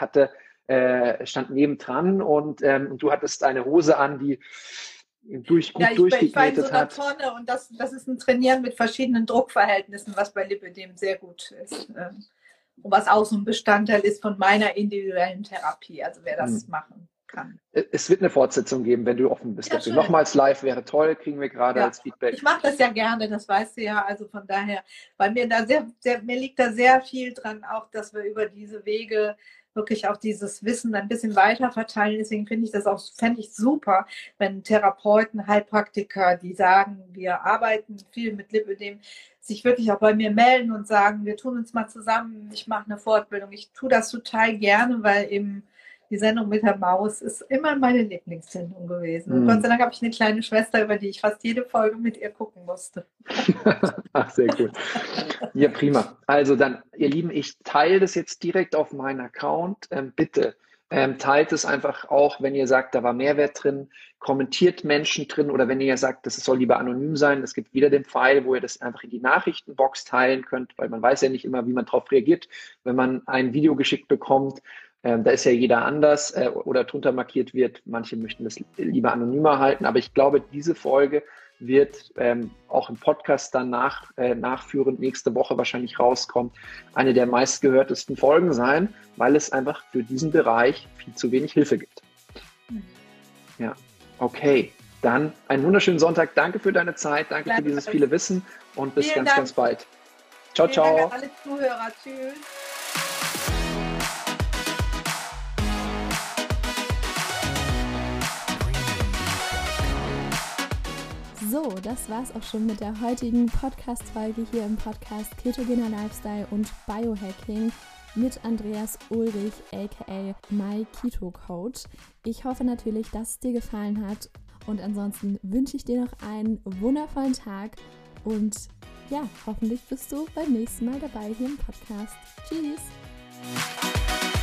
stand nebendran und du hattest eine Hose an, die durchgeknetet ich war in so einer Tonne und das ist ein Trainieren mit verschiedenen Druckverhältnissen, was bei Lipödem sehr gut ist. Und was auch so ein Bestandteil ist von meiner individuellen Therapie, also wer das machen kann. Es wird eine Fortsetzung geben, wenn du offen bist. Dafür. Nochmals live wäre toll, kriegen wir gerade als Feedback. Ich mache das ja gerne, das weißt du ja, also von daher, weil mir liegt da sehr viel dran, auch dass wir über diese Wege wirklich auch dieses Wissen ein bisschen weiter verteilen. Deswegen fände ich super, wenn Therapeuten, Heilpraktiker, die sagen, wir arbeiten viel mit Lipödem, sich wirklich auch bei mir melden und sagen, wir tun uns mal zusammen, ich mache eine Fortbildung. Ich tue das total gerne, weil eben die Sendung mit der Maus ist immer meine Lieblingssendung gewesen. Und Gott sei Dank habe ich eine kleine Schwester, über die ich fast jede Folge mit ihr gucken musste. Ach, sehr gut. Ja, prima. Also dann, ihr Lieben, ich teile das jetzt direkt auf meinen Account. Bitte teilt es einfach auch, wenn ihr sagt, da war Mehrwert drin, kommentiert Menschen drin oder wenn ihr sagt, das soll lieber anonym sein, es gibt wieder den Pfeil, wo ihr das einfach in die Nachrichtenbox teilen könnt, weil man weiß ja nicht immer, wie man darauf reagiert, wenn man ein Video geschickt bekommt. Da ist ja jeder anders oder drunter markiert wird. Manche möchten das lieber anonymer halten, aber ich glaube, diese Folge wird auch im Podcast dann nachführend nächste Woche wahrscheinlich rauskommen, eine der meistgehörtesten Folgen sein, weil es einfach für diesen Bereich viel zu wenig Hilfe gibt. Ja, okay. Dann einen wunderschönen Sonntag. Danke für deine Zeit, danke für dieses viele Wissen und bis ganz bald. Ciao, ciao. Danke an alle Zuhörer. Tschüss. So, das war's auch schon mit der heutigen Podcast-Folge hier im Podcast Ketogener Lifestyle und Biohacking mit Andreas Ulrich, aka My Keto Coach. Ich hoffe natürlich, dass es dir gefallen hat und ansonsten wünsche ich dir noch einen wundervollen Tag und ja, hoffentlich bist du beim nächsten Mal dabei hier im Podcast. Tschüss!